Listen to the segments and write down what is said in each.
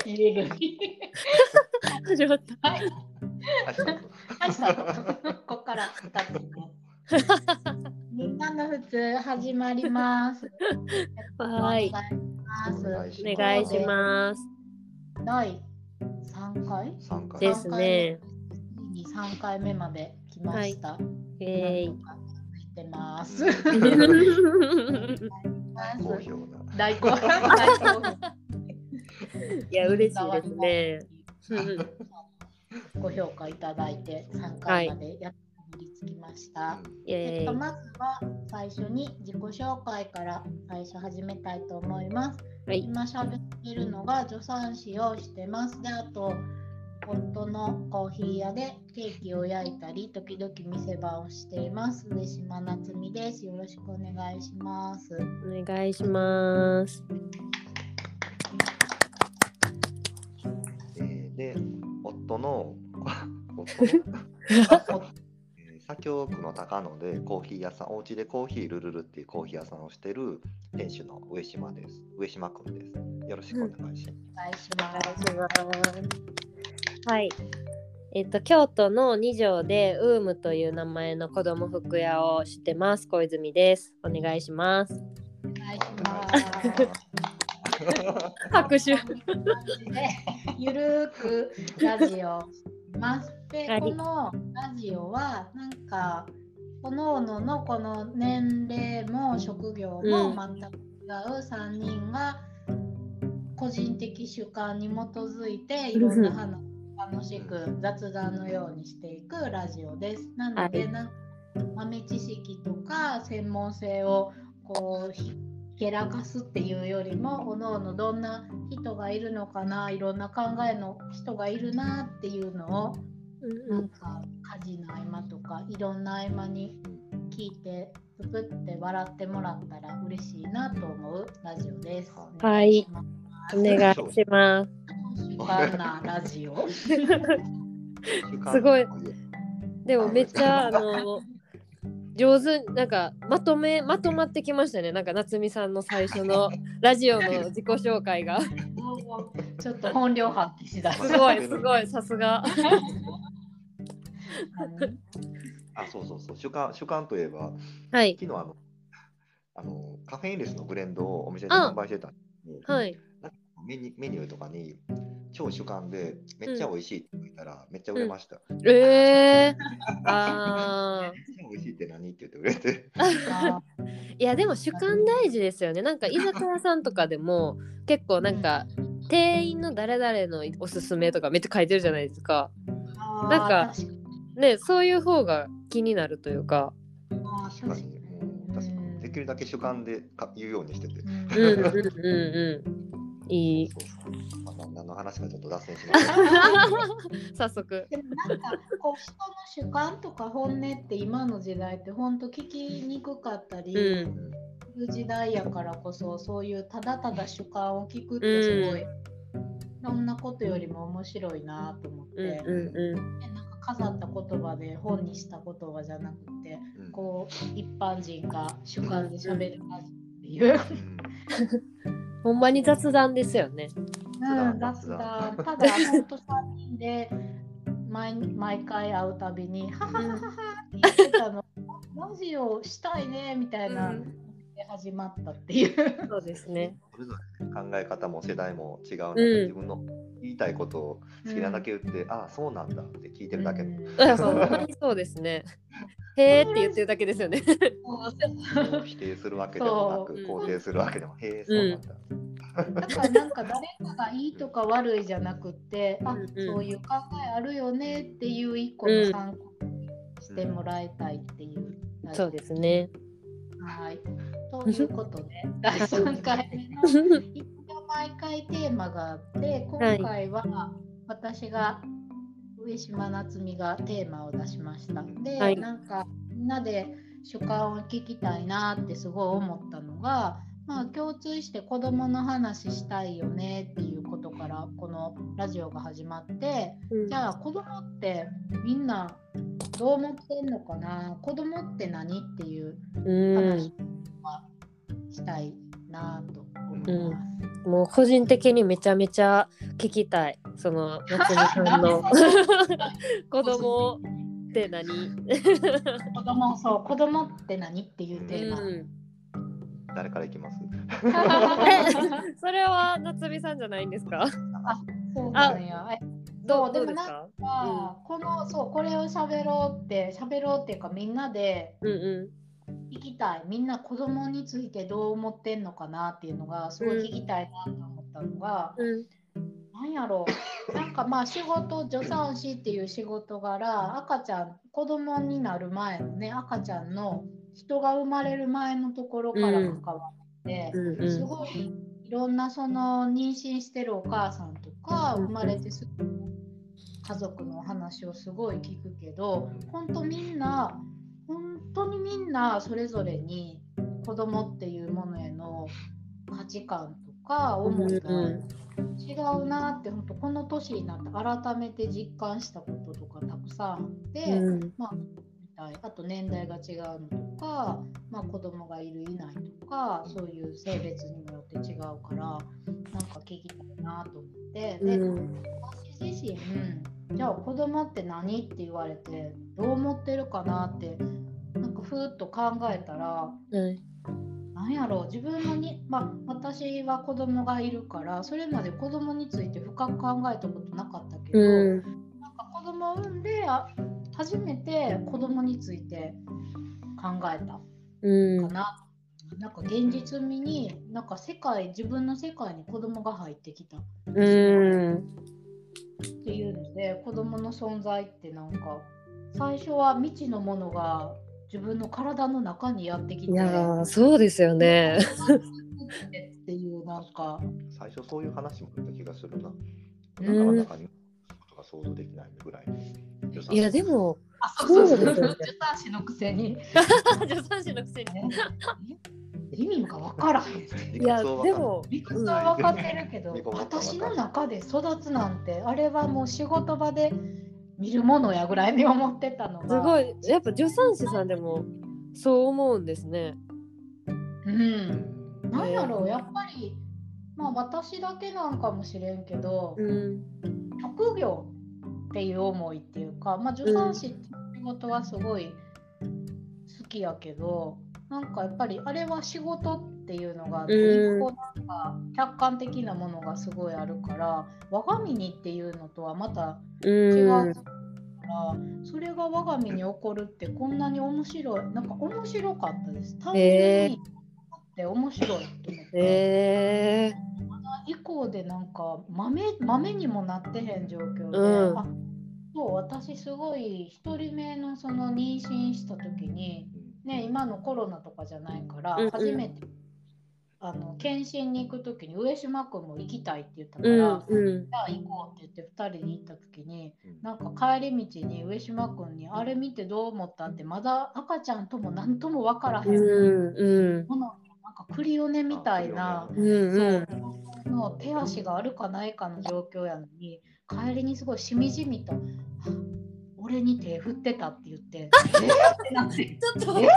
入れるに始まった。 はい。ここから2つね。みんなの普通始まります。 はい。 お願いします。 お願いします。 第3回ですね。 3回目まで来ました。 はい、 なんとか続いてます。 好評だ。 大好評。 いや、嬉しいですね。 ご評価いただいて3回までやっとたどり着きました。まずは最初に自己紹介から最初始めたいと思います。今喋ってるのが助産師をしてます。で、あと夫のコーヒー屋でケーキを焼いたり時々店番をしています。上島夏美です。よろしくお願いします。 お願いします。 で、夫の左京区の高野でコーヒー屋さん、お家でコーヒールルルっていうコーヒー屋さんをしてる店主の上島です。上島くんです。よろしくお願いします。 はい。京都の二条でウームという名前の子ども服屋をしてます。小泉です。お願いします。 お願いします。 拍手。 ゆるくラジオします。で、このラジオはなんか各々のこの年齢も職業も全く違う3人が個人的主観に基づいていろんな話を楽しく雑談のようにしていくラジオです。なので、なんか豆知識とか専門性をこうひけらかすっていうよりも、おのおのどんな人がいるのかな、いろんな考えの人がいるなっていうのを、なんか家事の合間とかいろんな合間に聞いてププって笑ってもらったら嬉しいなと思うラジオです。 はい、お願いします。 主観なラジオすごい。でもめっちゃ上手、なんかまとまってきましたね。なんか夏美さんの最初のラジオの自己紹介がちょっと本領発揮しだす。 すごいさすが。 そう主観といえば、 はい、 昨日カフェインレスのブレンドをお店で販売してたんですけど、なんかメニューとかに超主観でめっちゃ美味しいって言ったら、めっちゃ売れました。 あめっちゃ美味しいって何って言って売れて。 いやでも主観大事ですよね。なんか居酒屋さんとかでも結構なんか店員の誰々のおすすめとかめっちゃ書いてるじゃないですか。なんかね、そういう方が気になるというか。 確かにできるだけ主観で言うようにしてて。 いい。 何の話かちょっと脱線しました。 早速。 でもなんかこう人の主観とか本音って今の時代って本当聞きにくかったり、いう時代やからこそ、そういうただただ主観を聞くってすごい、そんなことよりも面白いなと思って、なんか飾った言葉で本にした言葉じゃなくて、こう一般人が主観で喋るなっていう。 ほんまに雑談ですよね。 雑談。ただ本当3人で毎回会うたびにはははははって言ってたの、ラジオしたいねみたいなで始まったっていう。 そうですね。 それぞれ考え方も世代も違うので、自分の言いたいことを好きなだけ言って、ああそうなんだって聞いてるだけの。 そうですね。へーって言ってるだけですよね。 否定するわけでもなく、肯定するわけでも、へえそうなんだ。 だからなんか誰かがいいとか悪いじゃなくて、そういう考えあるよねっていう一個の参考にしてもらいたいっていう。 そうですね。 はい。ということで、第3回目の一応毎回テーマがあって、今回は私が上島夏美がテーマを出しました。で、なんかみんなで主観を聞きたいなってすごい思ったのが、共通して子どもの話したいよねっていうことからこのラジオが始まって、じゃあ子どもってみんなどう思ってんのかな、子どもって何っていう話はしたいなと思います。 もう個人的にめちゃめちゃ聞きたい。その夏美さんの子供って何？ 子供って何っていうテーマ。 誰からいきます？ それは夏美さんじゃないんですか？ そうなんや。 どうですか？ これを喋ろうっていうか、みんなで聞きたい。みんな子供についてどう思ってんのかなっていうのがすごい聞きたいなと思ったのが、なんやろう、なんか仕事、助産師っていう仕事柄、子供になる前のね、赤ちゃんの人が生まれる前のところから関わって、すごいいろんなその妊娠してるお母さんとか、生まれてすぐ家族の話をすごい聞くけど、本当にみんなそれぞれに子供っていうものへの価値観とか思いが違うなって、本当この年になって改めて実感したこととかたくさんあって、あと年代が違うのとか、子供がいるいないとか、そういう性別にもよって違うから、なんか聞きたいなと思って、で、私自身じゃあ子供って何って言われてどう思ってるかなってなんかふーっと考えたら、なんやろう、自分の私は子供がいるからそれまで子供について深く考えたことなかったけど、なんか子供を産んで初めて子供について考えたかな。なんか現実味になんか自分の世界に子供が入ってきたっていうので、子供の存在ってなんか最初は未知のものが自分の体の中にやってきて、 いやそうですよねっていう、なんか最初そういう話もあった気がするな。中の中にことが想像できないぐらい。 いやでもそうですよね。助産師のくせに意味が分からへん。 いやでも理屈は分かってるけど、私の中で育つなんてあれはもう仕事場で見るものやぐらいに思ってたのが、 すごいやっぱ助産師さんでもそう思うんですね。 なんやろう、やっぱり私だけなんかもしれんけど、職業っていう思いっていうか、助産師って仕事はすごい好きやけど、なんかやっぱりあれは仕事っていうのが一個なんか客観的なものがすごいあるから、我が身にっていうのとはまた違うから、それが我が身に起こるってこんなに面白い、なんか面白かったです。単純にって面白いと思って、以降でなんか豆にもなってへん状況で、そう、私すごい1人目のその妊娠した時にね、今のコロナとかじゃないから初めて検診に行く時に上島君も行きたいって言ったから、じゃあ行こうって言って2人で行った時に、なんか帰り道に上島君にあれ見てどう思ったって、まだ赤ちゃんとも何とも分からへんもの、なんかクリオネみたいな、そうの手足があるかないかの状況やのに、帰りにすごいしみじみと俺に手振ってたって言ってってなってちょっとってな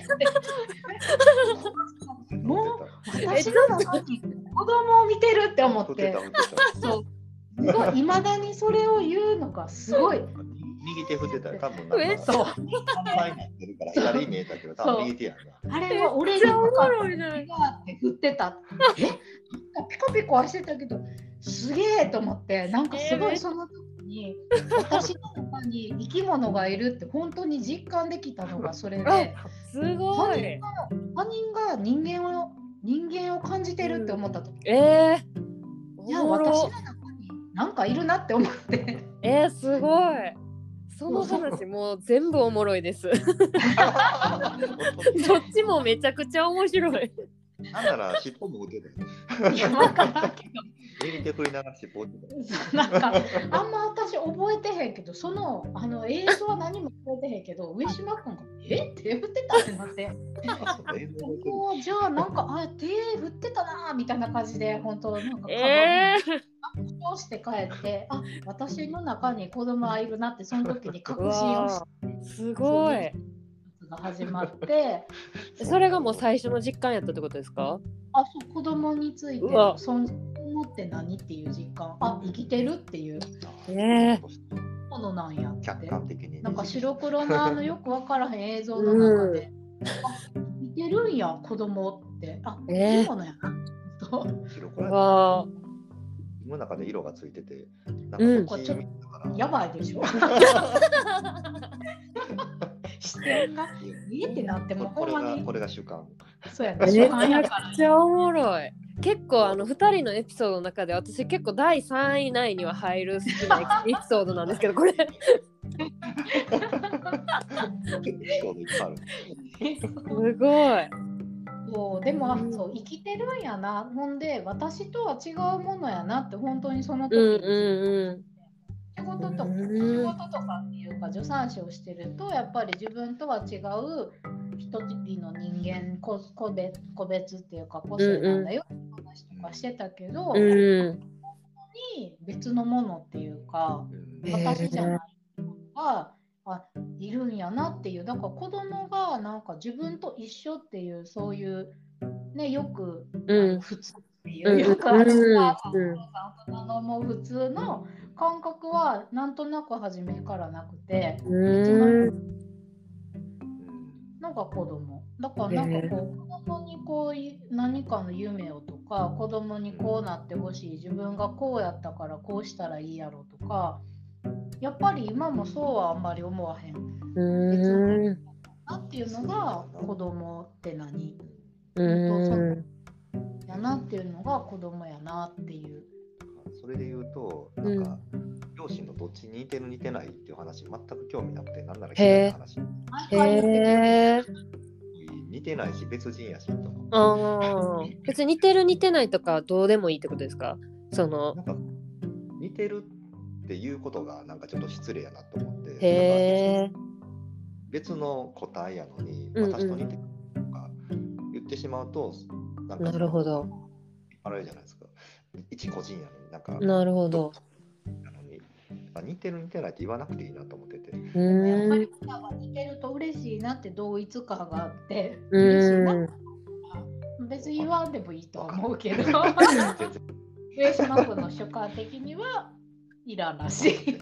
ってもう私の中に子供を見てるって思って、そうすごい未だにそれを言うのがすごい。 右手振ってたら多分なんかそう前になってるから左見えたけど多分右手やな。 あれは俺が分かるって振ってた。ピコピコはしてたけどすげえと思って、なんかすごいその時に私の中に生き物がいるって本当に実感できたのがそれで、 すごい他人が人間を感じてるって思った時、いや私の中になんかいるなって思って、 すごい。その話もう全部おもろいですどっちもめちゃくちゃ面白い。 なんなら尻尾も打てた。 いや分からんけど右手振りながら尻尾打てた。なんかあんま私覚えてへんけど、その映像は何も覚えてへんけど、上島君が手振ってたってなってじゃあなんか手振ってたなみたいな感じで、本当なんかそうして帰って、私の中に子供がいるなってその時に確信をして、 すごいが始まってそれがもう最初の実感やったってことですか？ そう、子供についての存在供って何っていう実感、あ、生きてるっていうものなんやって。 客観的に、 なんか白黒のよく分からへん映像の中で、あ、生きてるんや子供って、あ、生き物やな。 白黒やの中で色がついてて、なんかちょっとやばいでしょ。視点がってなってもほんまにこれが主観。 そうやね。主観やから。 めちゃくちゃおもろい。結構2人のエピソードの中で私結構第3位以内には入る好きなエピソードなんですけど、これすごい。 そうでも、そう生きてるんやな、ほんで私とは違うものやなって本当にその時に、仕事とかっていうか助産師をしてるとやっぱり自分とは違う一人の人間個別っていうか個性なんだよって話とかしてたけど、本当に別のものっていうか、私じゃないがいるんやなっていう。だから子供がなんか自分と一緒っていうそういうね、よく普通っていうよくある大人のもう普通の感覚はなんとなく初めからなくて、別ののが子供だから、なんかこう子供にこう何かの夢をとか、子供にこうなってほしい、自分がこうやったからこうしたらいいやろとか、やっぱり今もそうはあんまり思わへん。別のなっていうのが子供って何？やなっていうのが子供やなっていう。 それで言うと、なんか、両親のどっちに似てる似てないっていう話全く興味なくて、なんなら嫌いな話。似てないし別人やしと。 別に似てる似てないとかどうでもいいってことですか？なんか似てるっていうことがなんかちょっと失礼やなと思って、別の個体やのに私と似てるとか言ってしまうと、なんかなるほど、 あれじゃないですか、一個人やのになんか、 なるほど、 似てる似てないって言わなくていいなと思ってて、 やっぱり似てると嬉しいなって同一感があって嬉しいな、別に言わんでもいいと思うけど上島君の主観的にはいらんらしい。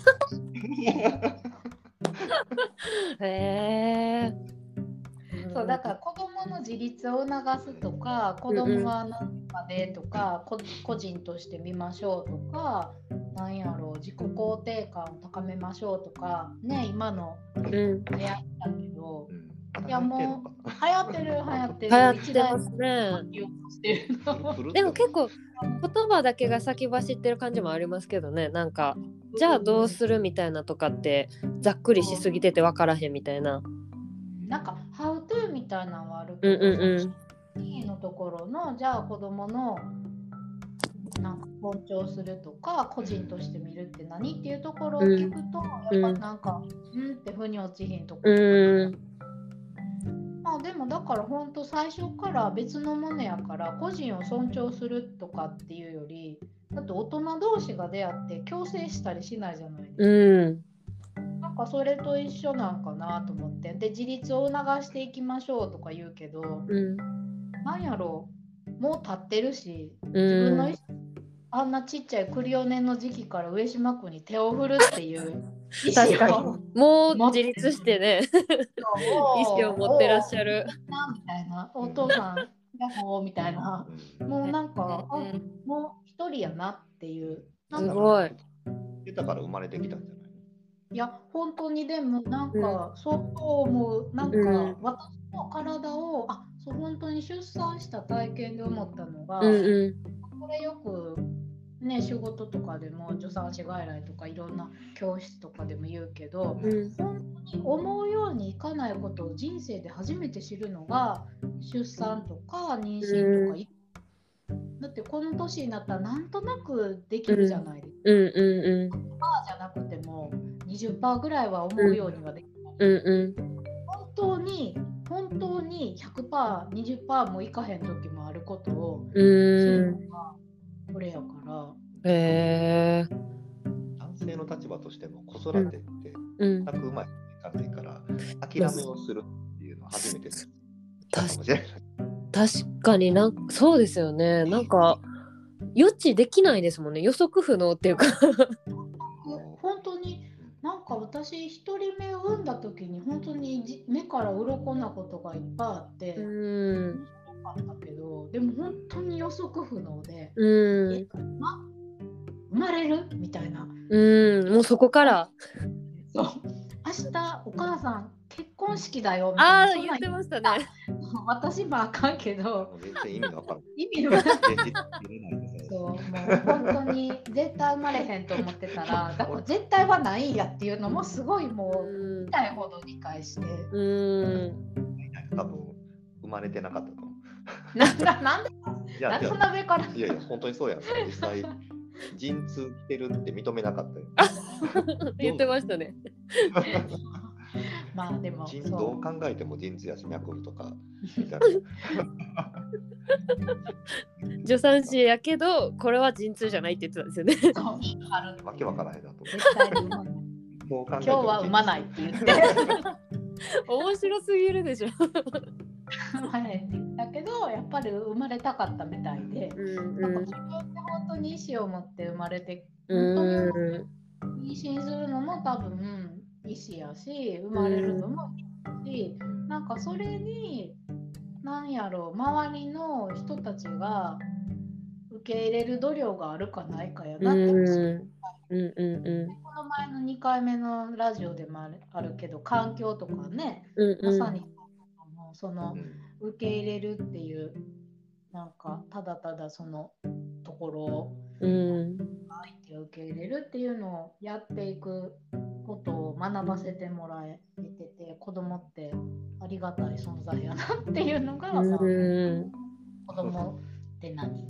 そうだから子供の自立を促すとか、子供は何かでとか、個人として見ましょうとか、なんやろう、自己肯定感を高めましょうとかね、今の流行ったけど、いやもう流行ってますね。でも結構言葉だけが先走ってる感じもありますけどね。なんかじゃあどうするみたいなとかってざっくりしすぎてて分からへんみたいな。 なんか「How to」みたいなのはあるけど、のところのじゃあ子供のなんか尊重するとか個人として見るって何っていうところを聞くと、やっぱなんかって腑に落ちひんところとか、まあでもだから本当最初から別のものやから個人を尊重するとかっていうより、だって大人同士が出会って強制したりしないじゃないですか。なんかそれと一緒なんかなと思って、で自立を促していきましょうとか言うけど、なんやろう、もう立ってるし、自分のあんなちっちゃいクリオネの時期から上島君に手を振るっていう意思をもう自立してね意思を持ってらっしゃるみたいな、お父さんヤッホーみたいな、もうなんかもう一人やなっていう。 すごい。 だから生まれてきたんじゃない？ いや本当にでもなんかそう思う。なんか私の体をそう本当に出産した体験で思ったのが、これよくね仕事とかでも助産師外来とかいろんな教室とかでも言うけど、本当に思うようにいかないことを人生で初めて知るのが出産とか妊娠とか、だってこの年になったらなんとなくできるじゃないですか。100%じゃなくても20% ぐらいは思うようにはできる。本当に 100%、20% もいかへん時もあることをするのがこれやから。 男性の立場としても子育てって全くうまいいかないから、諦めをするっていうのは初めてですかもしれない。 確かにそうですよね。なんか予知できないですもんね。予測不能っていうか本当になんか私1人目を産んだ時に本当に目から鱗なことがいっぱいあって面白かったけど、でも本当に予測不能で、生まれるみたいな。 もうそこからそう明日お母さん結婚式だよみたいな。 言ってましたね。 私もあかんけど全然意味が分からない。 意味が分からない。そうもう本当に絶対生まれへんと思ってたら、だから絶対はないんやっていうのもすごいもう痛いほど理解して。 多分生まれてなかったと思う。 なんでそんな上から。 いや本当にそうやん。実際陣痛来てるって認めなかったよ。 言ってましたね。 まあでもどう考えても陣痛やし脈とか助産師やけどこれは陣痛じゃないって言ってたんですよね。 わけわからへんなと思って今日は産まないって言って面白すぎるでしょ。 生まれって言ったけどやっぱり生まれたかったみたいで、なんか自分で本当に意思を持って生まれて、本当に妊娠するのも多分意思やし、生まれるのもいいし、なんかそれに何やろう、周りの人たちが受け入れる度量があるかないかやなって。この前の2回目のラジオでもあるけど、環境とかね、まさにその受け入れるっていう、なんかただただそのところを相手を受け入れるっていうのをやっていくことを学ばせてもらえてて、子供ってありがたい存在やなっていうのが、まあ、子供って何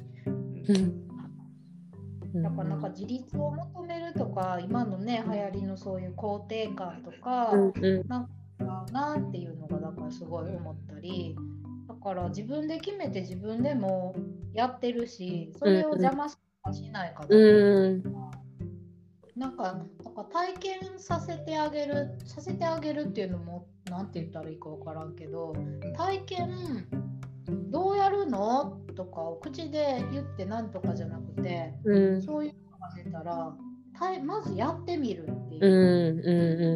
だからなんか自立を求めるとか、今のね流行りのそういう肯定感とか、なんかなっていうのがだからすごい思ったり、だから自分で決めて自分でもやってるし、それを邪魔しないかな、なんか体験させてあげるっていうのもなんて言ったらいいか分からんけど、体験どうやるのとかを口で言ってなんとかじゃなくて、そういうのが出たらまずやってみるっていう、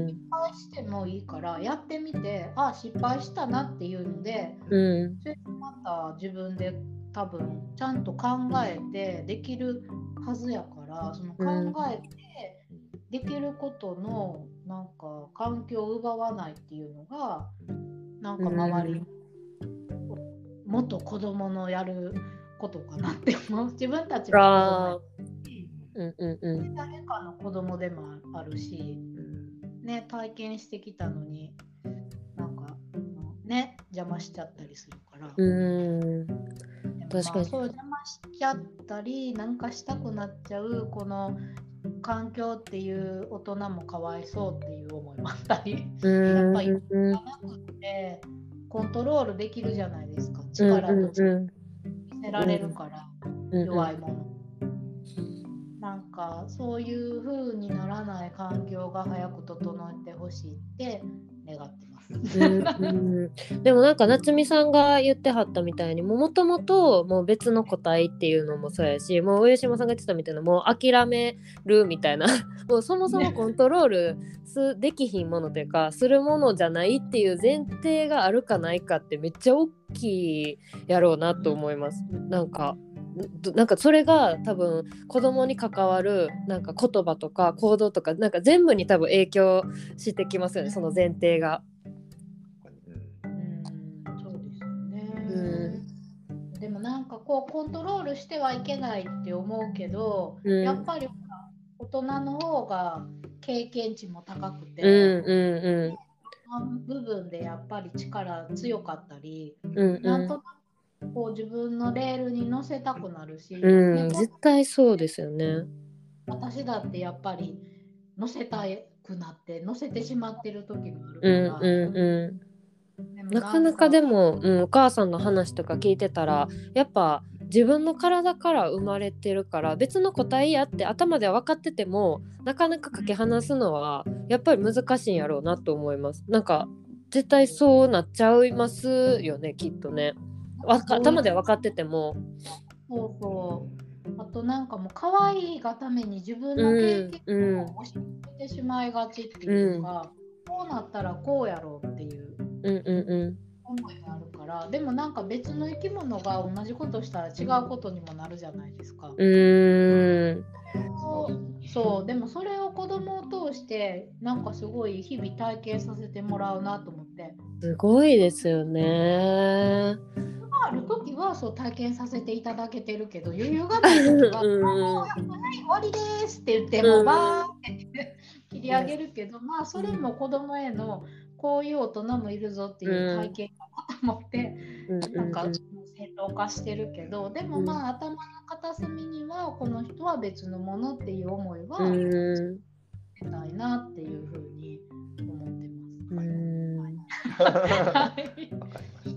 失敗してもいいからやってみて、失敗したなっていうので、それでまた自分で多分ちゃんと考えてできるはずやから、その考えてできることのなんか環境を奪わないっていうのが、なんか周り、元子供のやることかなって思う。自分たちも誰かの子供でもあるし、ね、体験してきたのになんかね邪魔しちゃったりするから、確かにそう邪魔しちゃったりなんかしたくなっちゃうこの環境っていう大人もかわいそうっていう思いもあったり、やっぱりなくてコントロールできるじゃないですか。力と力見せられるから、弱いもの。なんかそういう風にならない環境が早く整えてほしいって願ってます。 でもなんか夏美さんが言ってはったみたいに、もともともう別の個体っていうのもそうやし、もう上島さんが言ってたみたいな、もう諦めるみたいなもうそもそもコントロールできひんものというかするものじゃないっていう前提があるかないかってめっちゃ大きいやろうなと思います。なんかそれが多分子供に関わるなんか言葉とか行動とかなんか全部に多分影響してきますよね、その前提が。 そうですよね。でもなんかこうコントロールしてはいけないって思うけど、やっぱり大人の方が経験値も高くて、部分でやっぱり力強かったり、なんとなくこう自分のレールに乗せたくなるし、 絶対そうですよね。 私だってやっぱり乗せたくなって乗せてしまってる時もあるから、 なかなかでも、お母さんの話とか聞いてたらやっぱ自分の体から生まれてるから別の個体やって頭では分かっててもなかなかかけ離すのはやっぱり難しいんやろうなと思います。なんか絶対そうなっちゃいますよね、きっとね。頭で分かってても。 そうあとなんかもう可愛いがために自分の経験を押し付けてしまいがちっていうか、こうなったらこうやろうっていう思いがあるから、でもなんか別の生き物が同じことしたら違うことにもなるじゃないですか。そうでもそれを子供を通してなんかすごい日々体験させてもらうなと思って。 すごいですよね。 ある時はそう体験させていただけてるけど、余裕がない時は「はい終わりです」って言ってもうバーって切り上げるけど、まあそれも子供へのこういう大人もいるぞっていう体験かなと思って、なんか正当化してるけど、でもまあ頭の片隅にはこの人は別のものっていう思いは出たいなっていうふうに思ってます。 わかりま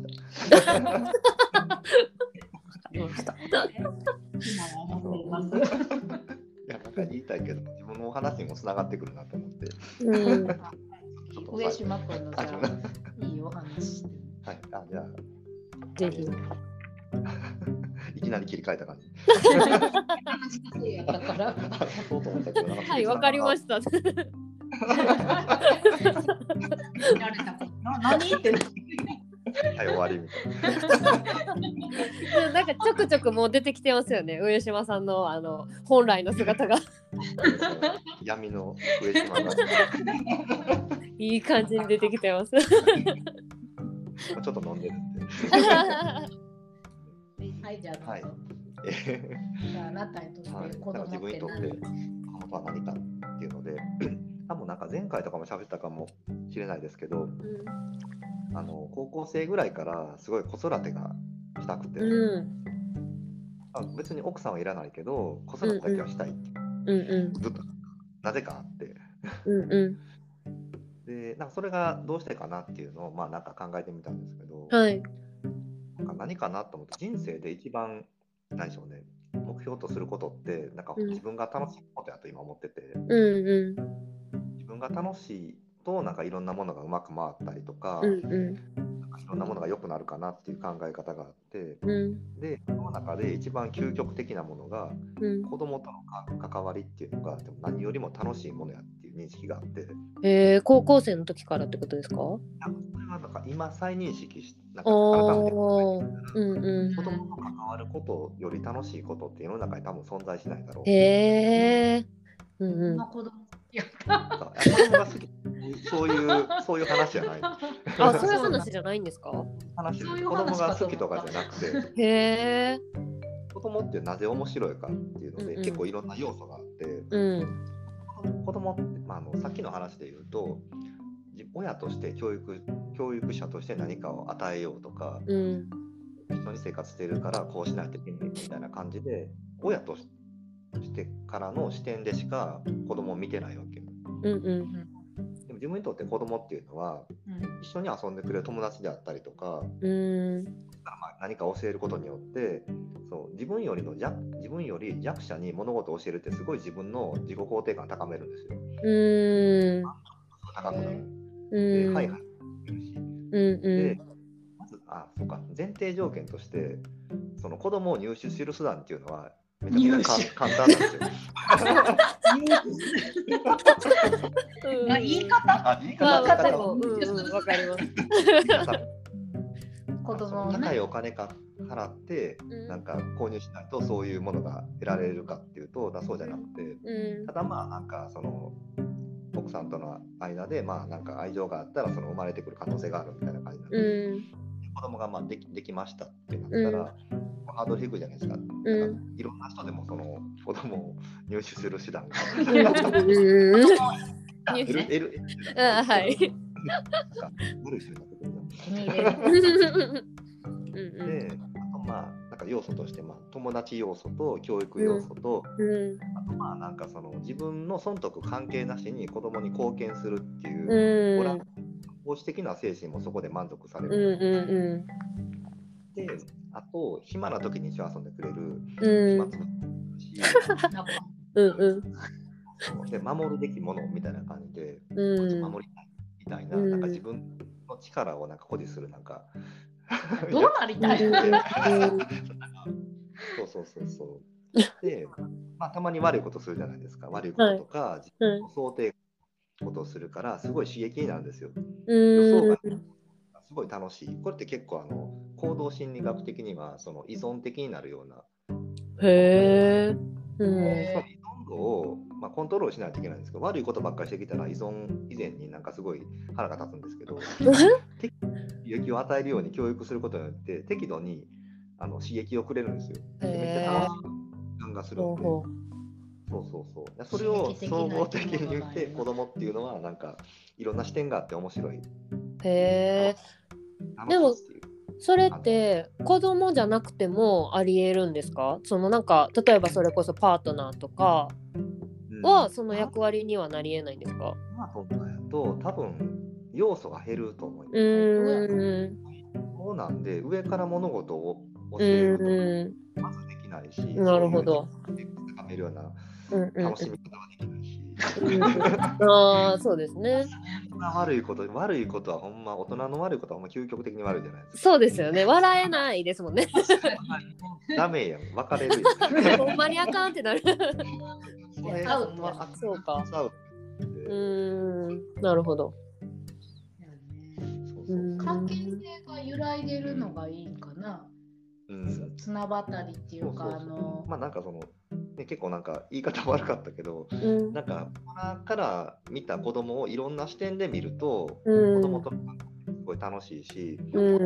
した。 今は思っています。 いや、なんか言いたいけど、自分のお話にもつながってくるなと思って。 上島君のじゃあいいお話して。 はい、じゃあぜひ。 いきなり切り替えた感じ。 そうと思ったけど、はい、わかりました。 何ってはい、終わりみたいな。なんかちょくちょくもう出てきてますよね、上島さんの本来の姿が。 闇の上島が。 いい感じに出てきてます。 ちょっと飲んでるんで。 はい、じゃあ、 はい。 じゃあ、あなたにとって子供って何？ 自分にとって子供とは何かっていうので、多分なんか前回とかも喋ったかもしれないですけど、高校生ぐらいからすごい子育てがしたくて、別に奥さんはいらないけど子育てだけはしたいって、ずっとなぜかあって、でなんかそれがどうしてかなっていうのをまあなんか考えてみたんですけど、 はい、 何かなと思って、人生で一番何でしょうね、目標とすることってなんか自分が楽しいことやと今思ってて、自分が楽しいとなんかいろんなものがうまく回ったりとか、なんかいろんなものが良くなるかなっていう考え方があって、でその中で一番究極的なものが、子供との関わりっていうのがでも何よりも楽しいものやっていう認識があって。 高校生の時からってことですか？ それはなんか今再認識しなんか改めて子供と関わることより楽しいことって世の中に多分存在しないだろう。 子供が好き、そういう話じゃない。 そういう話じゃないんですか？ 子供が好きとかじゃなくて、子供ってなぜ面白いかっていうので、結構いろんな要素があって、子供って、さっきの話で言うと、親として教育者として何かを与えようとか、一緒に生活しているからこうしないといけないみたいな感じで、親としてからの視点でしか子供を見てないわけ。でも自分にとって子供っていうのは、一緒に遊んでくれる友達であったりとか、何か教えることによって、自分より弱者に物事を教えるってすごい自分の自己肯定感高めるんですよ。高くなる。で、はいはい言うし。で、まずそうか、前提条件としてその子供を入手する手段っていうのはめちゃくちゃ簡単なんですよ。 言い方でもわかります。 子供を高いお金か払ってなんか購入しないとそういうものが得られるかっていうとそうじゃなくて、ただなんかその奥さんとの間でなんか愛情があったらその生まれてくる可能性があるみたいな感じなんで、子供ができましたってなったら、ハードル低いじゃないですか。いろんな人でもその子供を入手する手段がで、なんか要素として友達要素と教育要素と、あとなんかその自分の損得関係なしに子供に貢献するっていう奉仕的な精神もそこで満足される。で、あと暇な時に一緒に遊んでくれる暇つぶし、で守るべきものみたいな感じで、守りたいみたいな、なんか自分の力をなんか誇示するなんかどうなりたいそうで、まあ、たまに悪いことするじゃないですか。悪いこととか、自分の想定ことをするから、すごい刺激になるんですよ。予想外すごい楽しい。これって結構行動心理学的にはその依存的になるような。 へえ。 その依存度を、まあ、コントロールしないといけないんですけど、悪いことばっかりしてきたら依存以前になんかすごい腹が立つんですけど、適度に刺激を与えるように教育することによって適度に刺激をくれるんですよ。めっちゃ楽しい時間がするんで。そう。それを総合的に言って子供っていうのはなんかいろんな視点があって面白い。 へえ。でもそれって子供じゃなくてもありえるんですか？そのなんか例えばそれこそパートナーとかはその役割にはなりえないんですか？ パートナーやと多分要素が減ると思います。そうなんで上から物事を教えるとまずできないし、 なるほど。 高めるような楽しみ方はできないし。 ああ、そうですね。 悪いことはほんま大人の悪いことはほんま究極的に悪いじゃないですか。 そうですよね。笑えないですもんね。 ダメやん、別れるやん。 ほんまにあかんってなる。 それアウト。そうか。なるほど。 関係性が揺らいでるのがいいかな。綱渡りっていうかまあなんかその結構なんか言い方悪かったけど、なんか大人から見た子供をいろんな視点で見ると、子供とすごい楽しいし、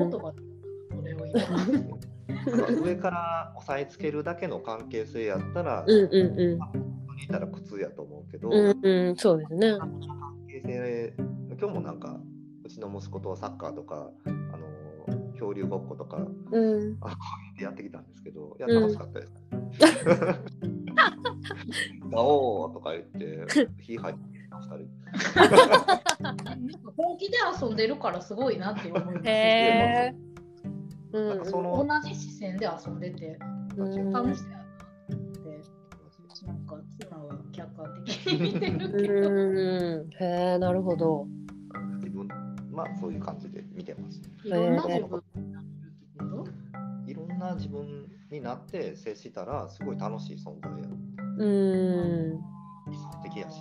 上から押さえつけるだけの関係性やったら、本当にいたら苦痛やと思うけど、 そうですね。 関係性、今日もなんかうちの息子とサッカーとか恐竜ごっことか、やってきたんですけど、いや楽しかったです。ガオーとか言って火入って2 人。本気で遊んでるからすごいなって思います。同じ視線で遊んでて楽しいやなって、なんか妻は客観的に見てるけど。 へえ、なるほど。 自分そういう感じで見てます。 いろんな自分いろんな自分になって接したらすごい楽しい存在や。理想的やし。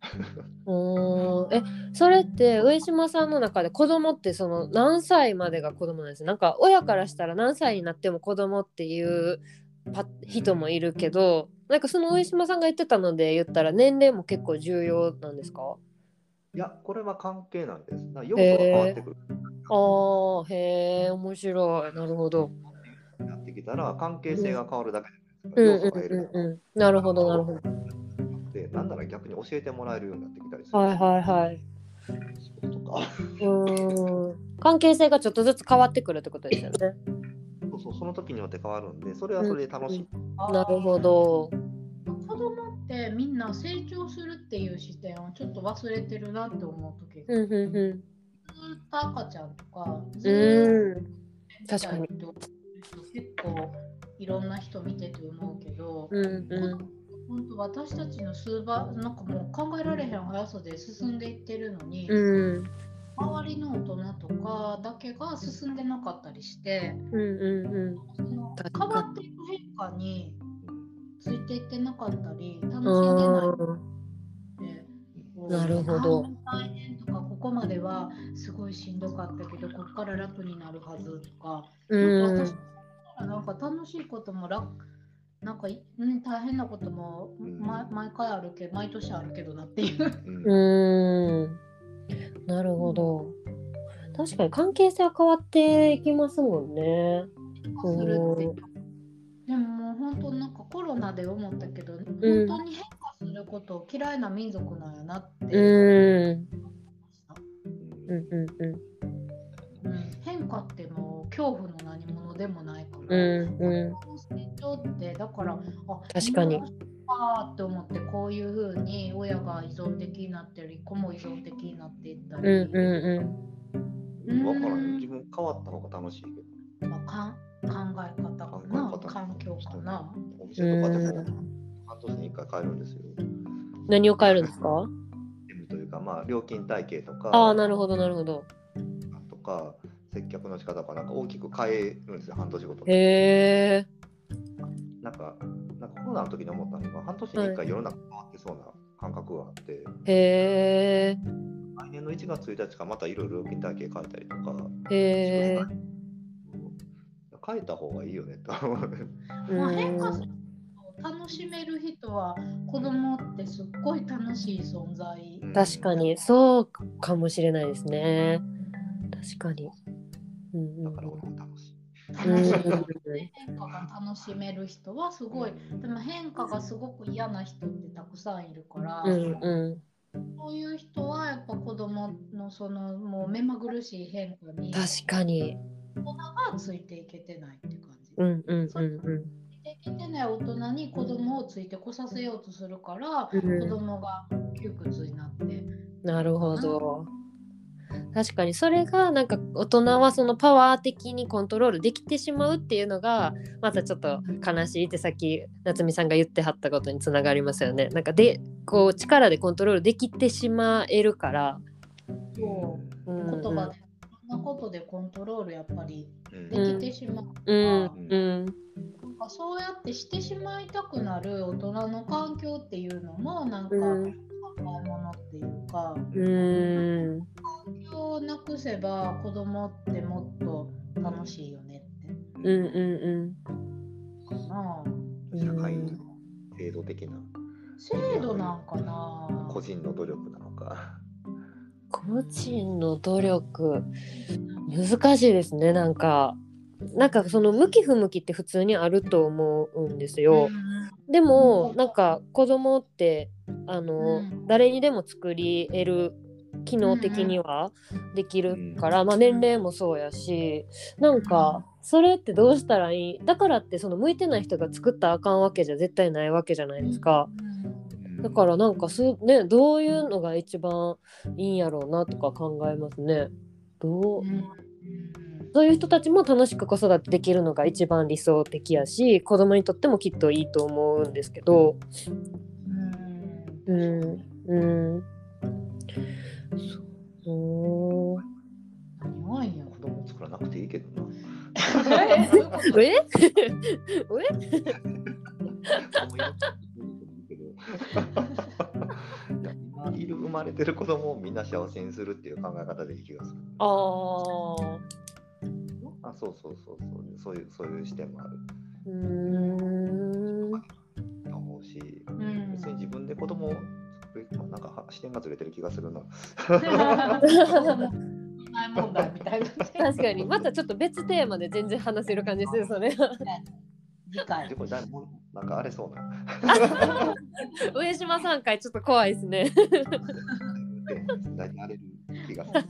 それって上島さんの中で子供ってその何歳までが子供なんです？なんか親からしたら何歳になっても子供っていう人もいるけど、なんかその上島さんが言ってたので言ったら年齢も結構重要なんですか？ いや、これは関係ないです。要素が変わってくる。 へえ、面白い。なるほど。 やってきたら関係性が変わるだけで、要素が減る。 なるほど、なるほど。 で、なんなら逆に教えてもらえるようになってきたりする。仕事とか。 関係性がちょっとずつ変わってくるってことですよね。 その時によって変わるんで、それはそれで楽しい。 なるほど。 子供ってみんな成長するっていう視点をちょっと忘れてるなって思う時が、ずっと赤ちゃんとか確かに結構いろんな人見てて思うけど、本当私たちの数倍なんかもう考えられへん速さで進んでいってるのに、周りの大人とかだけが進んでなかったりして、変わっていく変化についていってなかったり楽しんでないで、 なるほど。 大変とかここまではすごいしんどかったけどここから楽になるはずとか、私なんか楽しいこともなんか、大変なことも、毎回あるけど毎年あるけどなっていう。 なるほど。確かに関係性は変わっていきますもんね。 でも本当なんかコロナで思ったけど、本当に変化することを嫌いな民族なんやなって。変化ってもう恐怖の何者でもないから、成長ってだから確かにって思ってこういう風に親が依存的になったり子も依存的になっていったり、 分からない。自分変わった方が楽しいけど、 考え方かな、環境かな。 お店とかでも半年に1回変えるんですよ。 何を変えるんですか？ というか料金体系とか。 なるほどなるほど。 とか接客の仕方とかなんか大きく変えるんですよ、半年ごとに。 なんかなんかコロナの時に思ったのが、半年に1回世の中変わってそうな感覚があって、 へえ。 来年の1月1日からまたいろいろ料金体系変えたりとか、 へえ。 変えた方がいいよねと思う。 変化することを楽しめる人は子供ってすっごい楽しい存在。 確かにそうかもしれないですね。確かに。 だから俺も楽しい。 変化が楽しめる人はすごい、でも変化がすごく嫌な人ってたくさんいるから、そういう人はやっぱ子供のそのもう目まぐるしい変化に確かに大人がついていけてないって感じ。ついていけてない大人に子供をついてこさせようとするから、子供が窮屈になって。 なるほど。確かにそれがなんか大人はそのパワー的にコントロールできてしまうっていうのがまたちょっと悲しいってさっき夏美さんが言ってはったことにつながりますよね。なんかでこう力でコントロールできてしまえるから、 そう、言葉でそんなことでコントロールやっぱりできてしまうから、なんかそうやってしてしまいたくなる大人の環境っていうのもなんか考え物っていうか、環境をなくせば子供ってもっと楽しいよねってかな。 社会の制度的な制度なんかな、 個人の努力なのか。 個人の努力難しいですね。なんかその向き不向きって普通にあると思うんですよ。でもなんか子供って誰にでも作り得る機能的にはできるから、年齢もそうやし、なんかそれってどうしたらいい、だからってその向いてない人が作ったらあかんわけじゃ絶対ないわけじゃないですか。だからなんかどういうのが一番いいんやろうなとか考えますね。そういう人たちも楽しく子育てできるのが一番理想的やし、子供にとってもきっといいと思うんですけど、 子供作らなくていいけどな。今いる生まれてる子供をみんな幸せにするっていう考え方でいい気がする。そういう視点もある。と思うし、別に自分で子供を作る、なんか視点がずれてる気がするな。 問題みたいな。 確かにまたちょっと別テーマで全然話せる感じですよね。 次回。 なんかあれそうな。 上島さん回ちょっと怖いですね。 何あれる気がする。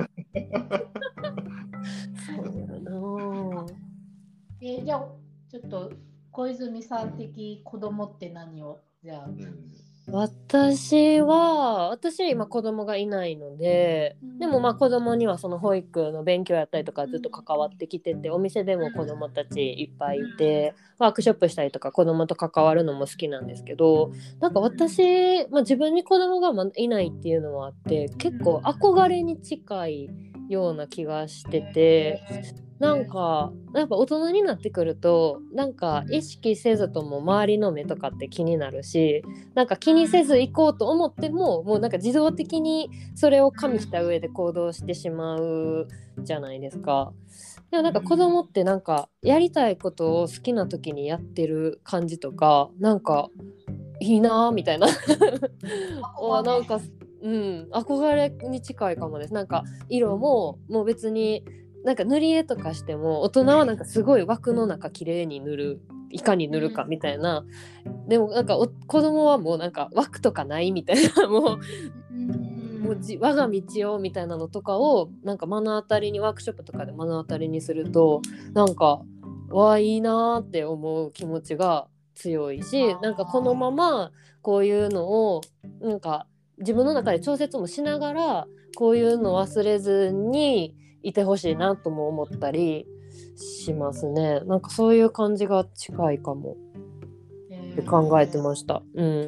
じゃあちょっと小泉さん的子供って何をじゃあ。 私今子供がいないので、でも子供にはその保育の勉強やったりとかずっと関わってきてて、お店でも子供たちいっぱいいてワークショップしたりとか子供と関わるのも好きなんですけど、なんか私、自分に子供がいないっていうのもあって結構憧れに近いような気がしてて、なんかやっぱ大人になってくるとなんか意識せずとも周りの目とかって気になるし、なんか気にせず行こうと思ってももうなんか自動的にそれを加味した上で行動してしまうじゃないですか。でもなんか子供ってなんかやりたいことを好きな時にやってる感じとかなんかいいなみたいななんか憧れに近いかもです。なんか色ももう別になんか塗り絵とかしても大人はなんかすごい枠の中綺麗に塗る、いかに塗るかみたいな、でもなんか子供はもうなんか枠とかないみたいなもう我が道をみたいなのとかをなんか目の当たりにワークショップとかで目の当たりにするとなんかいいなって思う気持ちが強いし、なんかこのままこういうのをなんか自分の中で調節もしながらこういうの忘れずにいてほしいなとも思ったりしますね。なんかそういう感じが近いかもって考えてました。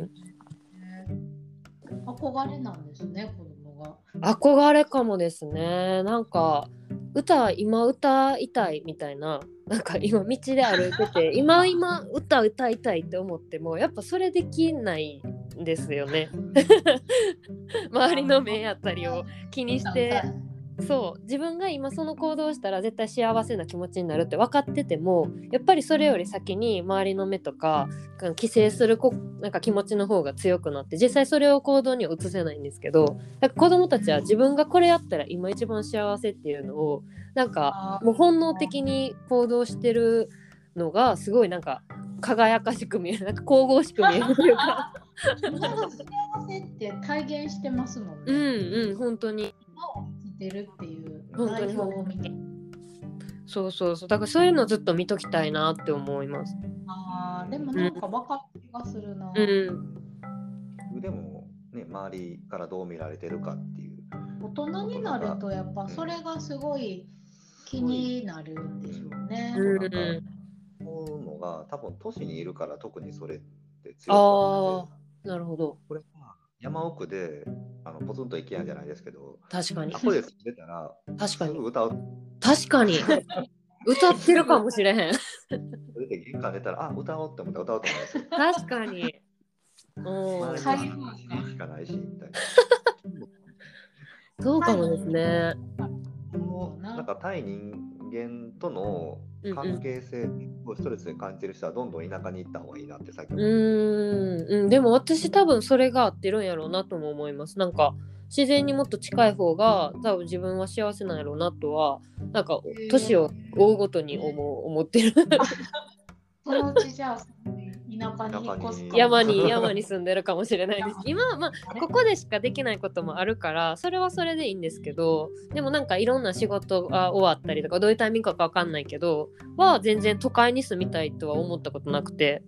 憧れなんですね、子供が。 憧れかもですね。なんか今歌いたいみたいななんか今道で歩いてて今歌歌いたいって思ってもやっぱそれできないんですよね周りの目やったりを気にしてそう自分が今その行動をしたら絶対幸せな気持ちになるって分かっててもやっぱりそれより先に周りの目とか規制するなんか気持ちの方が強くなって実際それを行動には移せないんですけどだから子供たちは自分がこれやったら今一番幸せっていうのをなんかもう本能的に行動してるのがすごいなんか輝かしく見えるなんか神々しく見えるというか幸せって体現してますもんね。 うん本当に出るっていう本当に代表を見てそうだからそういうのずっと見ときたいなって思います。 でもなんか分かる気がするな、 でもね周りからどう見られてるかっていう大人になるとやっぱそれがすごい気になるんでしょうね。 そういうのが多分都市にいるから特にそれって強くてなるほどこれは山奥でポツンと一軒家じゃないですけど確かにここで住んでたら確かにすぐ歌う確かに歌ってるかもしれへん出て玄関出たら歌おうって思ったら歌うと思うんですよ確かに聞かないしみたいなそうかもですねなんか対人間との関係性をストレスで感じてる人はどんどん田舎に行った方がいいなってさっき思ってでも私多分それが合ってるんやろうなとも思いますなんか自然にもっと近い方が多分自分は幸せなんやろうなとはなんか年を追うごとに思ってるそのうちじゃあ田舎に引っ越すか山に住んでるかもしれないです今はまあここでしかできないこともあるからそれはそれでいいんですけどでもなんかいろんな仕事が終わったりとかどういうタイミングか分かんないけどは全然都会に住みたいとは思ったことなくて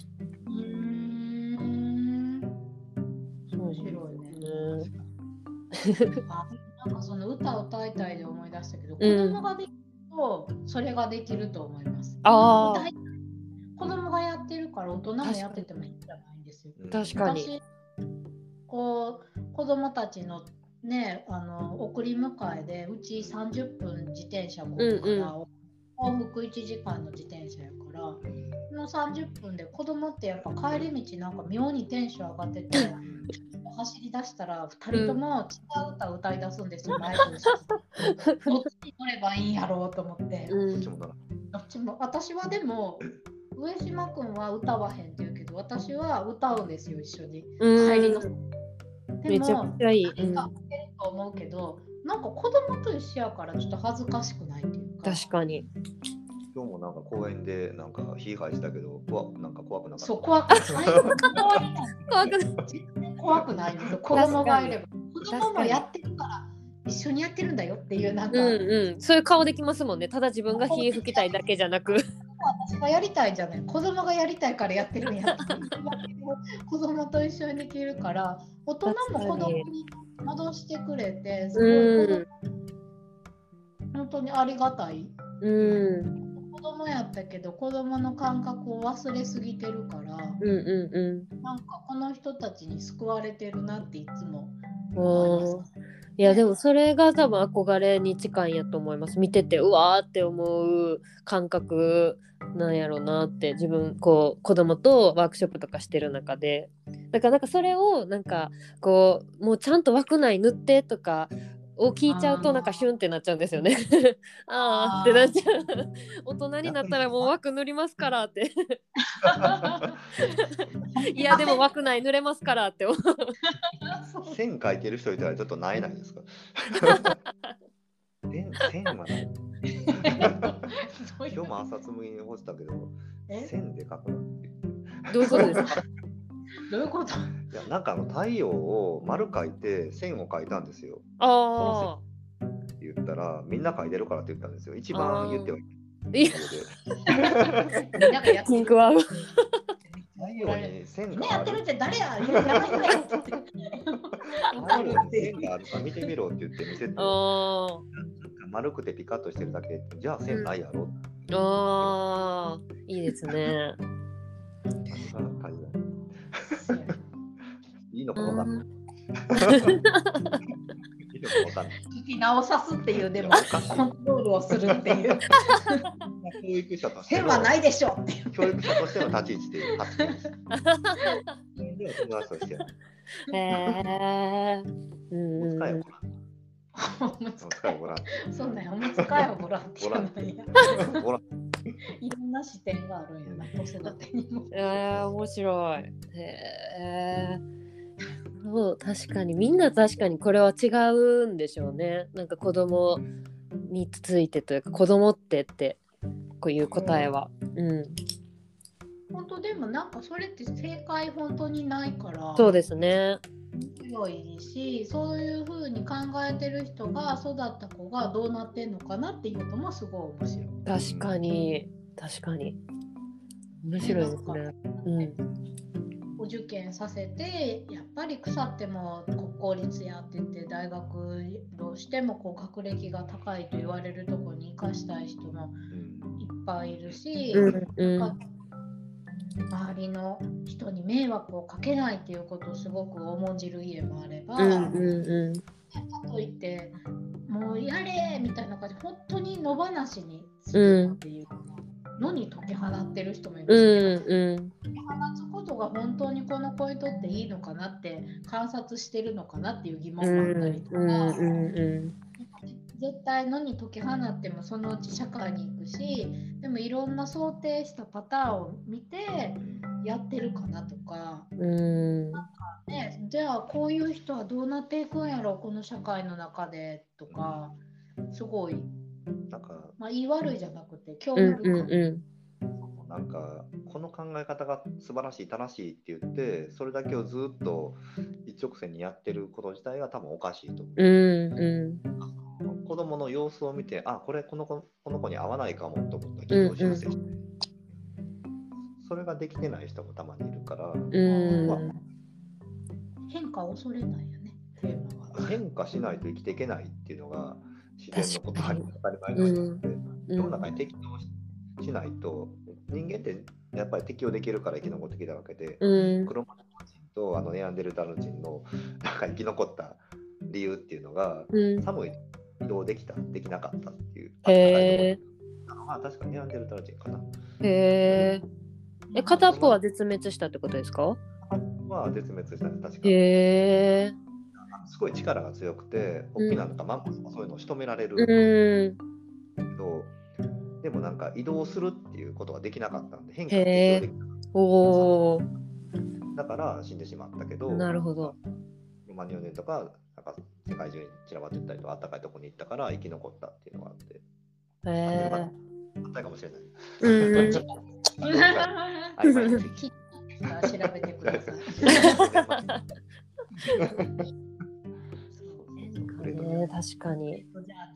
面白いねなんかその歌を歌いたいで思い出したけど、子供ができるとそれができると思います。子供がやってるから大人もやっててもいいんじゃないんですよ。 確かに。 私子供たちのね送り迎えでうち30分自転車こぐから、往復1時間の自転車やからこの30分で子供ってやっぱ帰り道なんか妙にテンション上がってて走り出したら2人とも違う歌を歌い出すんですよ。マイクにどっちに乗ればいいんやろうと思って、どっちも私はでも上島君は歌わへんって言うけど私は歌うんですよ一緒に帰りの。でもめちゃくちゃいい。 何かってると思うけどなんか子供と一緒やからちょっと恥ずかしくないっていうか。 確かに。 今日もなんか公園でなんかヒーハイしたけどなんか怖くなかった。 そう怖くないんですよ。子供がいれば子供もやってるから一緒にやってるんだよっていうなんか、 そういう顔できますもんね。ただ自分が火吹きたいだけじゃなく私がやりたいじゃない子供がやりたいからやってるんやって子供と一緒にできるから大人も子供に戻してくれてすごい本当にありがたい。子供やったけど子供の感覚を忘れすぎてるから、なんかこの人たちに救われてるなっていつも思います。 いやでもそれが多分憧れに近いんやと思います。見ててうわーって思う感覚なんやろうなって自分こう子供とワークショップとかしてる中でだからなんかそれをなんかこうもうちゃんと枠内塗ってとかを聞いちゃうとなんかヒュンってなっちゃうんですよねあーってなっちゃう大人になったらもう枠塗りますからっていやでも枠内塗れますからって線描いてる人いたらちょっとないですか線はない今日も朝つむぎに干したけど線で描くなってどういうことですかどういうこと？ いやなんか太陽を丸描いて線を描いたんですよ。 ああって言ったらみんな描いてるからって言ったんですよ。一番言ってはいけないピンクは太陽に線がある。 やってるって誰や？太陽に線があるから見てみろって言って見せて丸くてピカッとしてるだけじゃあ線ないやろ。 いいですね。 いいのか分かんない。 聞き直さすっていうでもコントロールをするっていう。 育者として変はないでしょって教育者としての立ち位置っていう発言です。でも友達としてお使いをもらう。 そうね、おむつ替えをもらってなんや。いろんな視点があるんやな、子育てにも。 面白い。そう確かにみんな確かにこれは違うんでしょうね。なんか子供についてというか子供ってこういう答えは。 本当でもなんかそれって正解本当にないから。 そうですね。 強いし、そういう風に考えてる人が育った子がどうなってんのかなっていうのもすごい面白い。 確かに面白いですね。 お受験させてやっぱり腐っても国公立やって言って大学どうしてもこう学歴が高いと言われるところに生かしたい人もいっぱいいるし、周りの人に迷惑をかけないっていうことをすごく重んじる家もあれば、かといってもうやれみたいな感じで本当に野放しにするっていうのに解き放ってる人もいるし、解き放つことが本当にこの子にとっていいのかなって観察してるのかなっていう疑問もあったりとか、絶対のに解き放ってもそのうち社会に行くし、でもいろんな想定したパターンを見てやってるかなとか、なんかね、じゃあこういう人はどうなっていくんやろこの社会の中でとか、すごいなんか、言い悪いじゃなくて興味深い。 なんかこの考え方が素晴らしい正しいって言ってそれだけをずっと一直線にやってること自体が多分おかしいと思う。子供の様子を見てこの子に合わないかもと思ったら軌道修正して、それができてない人もたまにいるから、 変化を恐れないよね。 変化しないと生きていけないっていうのが自然のこと当たり前のことで、世の中に適応しないと人間ってやっぱり適応できるから生き残ってきたわけで、クロマニョン人とネアンデルタル人のなんか生き残った理由っていうのが、寒い移動できなかったっていう確かネアンデルタル人かな。 片っぽは絶滅したってことですか？ 片っぽは絶滅したね、確か。すごい力が強くて大きななんかマンモスとかそういうのを仕留められるけど、でもなんか移動するっていうことができなかったんで変化が適応できなかった。だから死んでしまったけど、 なるほど。 ロマニオネとかなんか世界中に散らばっていったりとか暖かいところに行ったから生き残ったっていうのがあって。あったかもしれない。 調べてください。 確かに。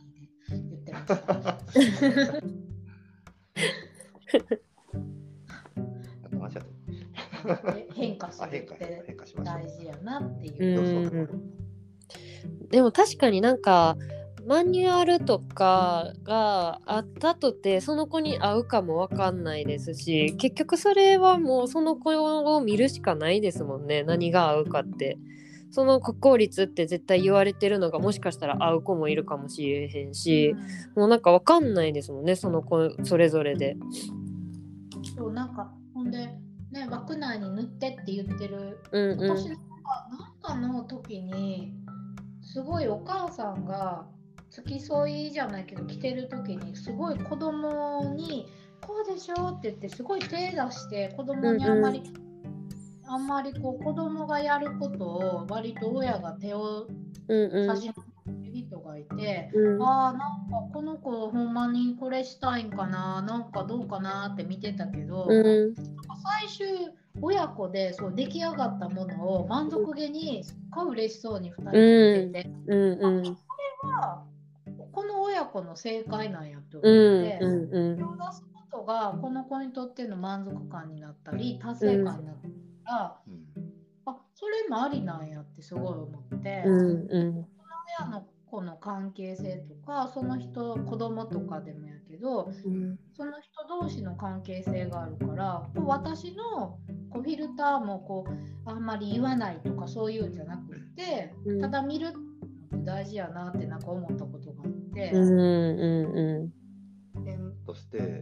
変化するって大事やなっていう。 でも確かになんかマニュアルとかがあったとてその子に合うかも分かんないですし、結局それはもうその子を見るしかないですもんね。何が合うかってその国公立って絶対言われてるのがもしかしたら合う子もいるかもしれへんし、もうなんか分かんないですもんね、その子それぞれで。 そうなんかほんでね、枠内に塗ってって言ってる、私なんかの時にすごいお母さんが付き添いじゃないけど来てる時にすごい子供にこうでしょって言ってすごい手出して子供にあんまりこう子供がやることを割と親が手を差し伸べる人がいて、なんかこの子ほんまにこれしたいんかな、なんかどうかなって見てたけど、最終親子でそう出来上がったものを満足げにすっごい嬉しそうに2人で見てて、これはこの親子の正解なんやって思って、手を出すことがこの子にとっての満足感になったり達成感になったら、それもありなんやってすごい思って、その親の子の関係性とかその人子供とかでもやけど、その人同士の関係性があるから私のフィルターもあんまり言わないとかそういうんじゃなくて、ただ見るって大事やなってなんか思ったことがあって、 点として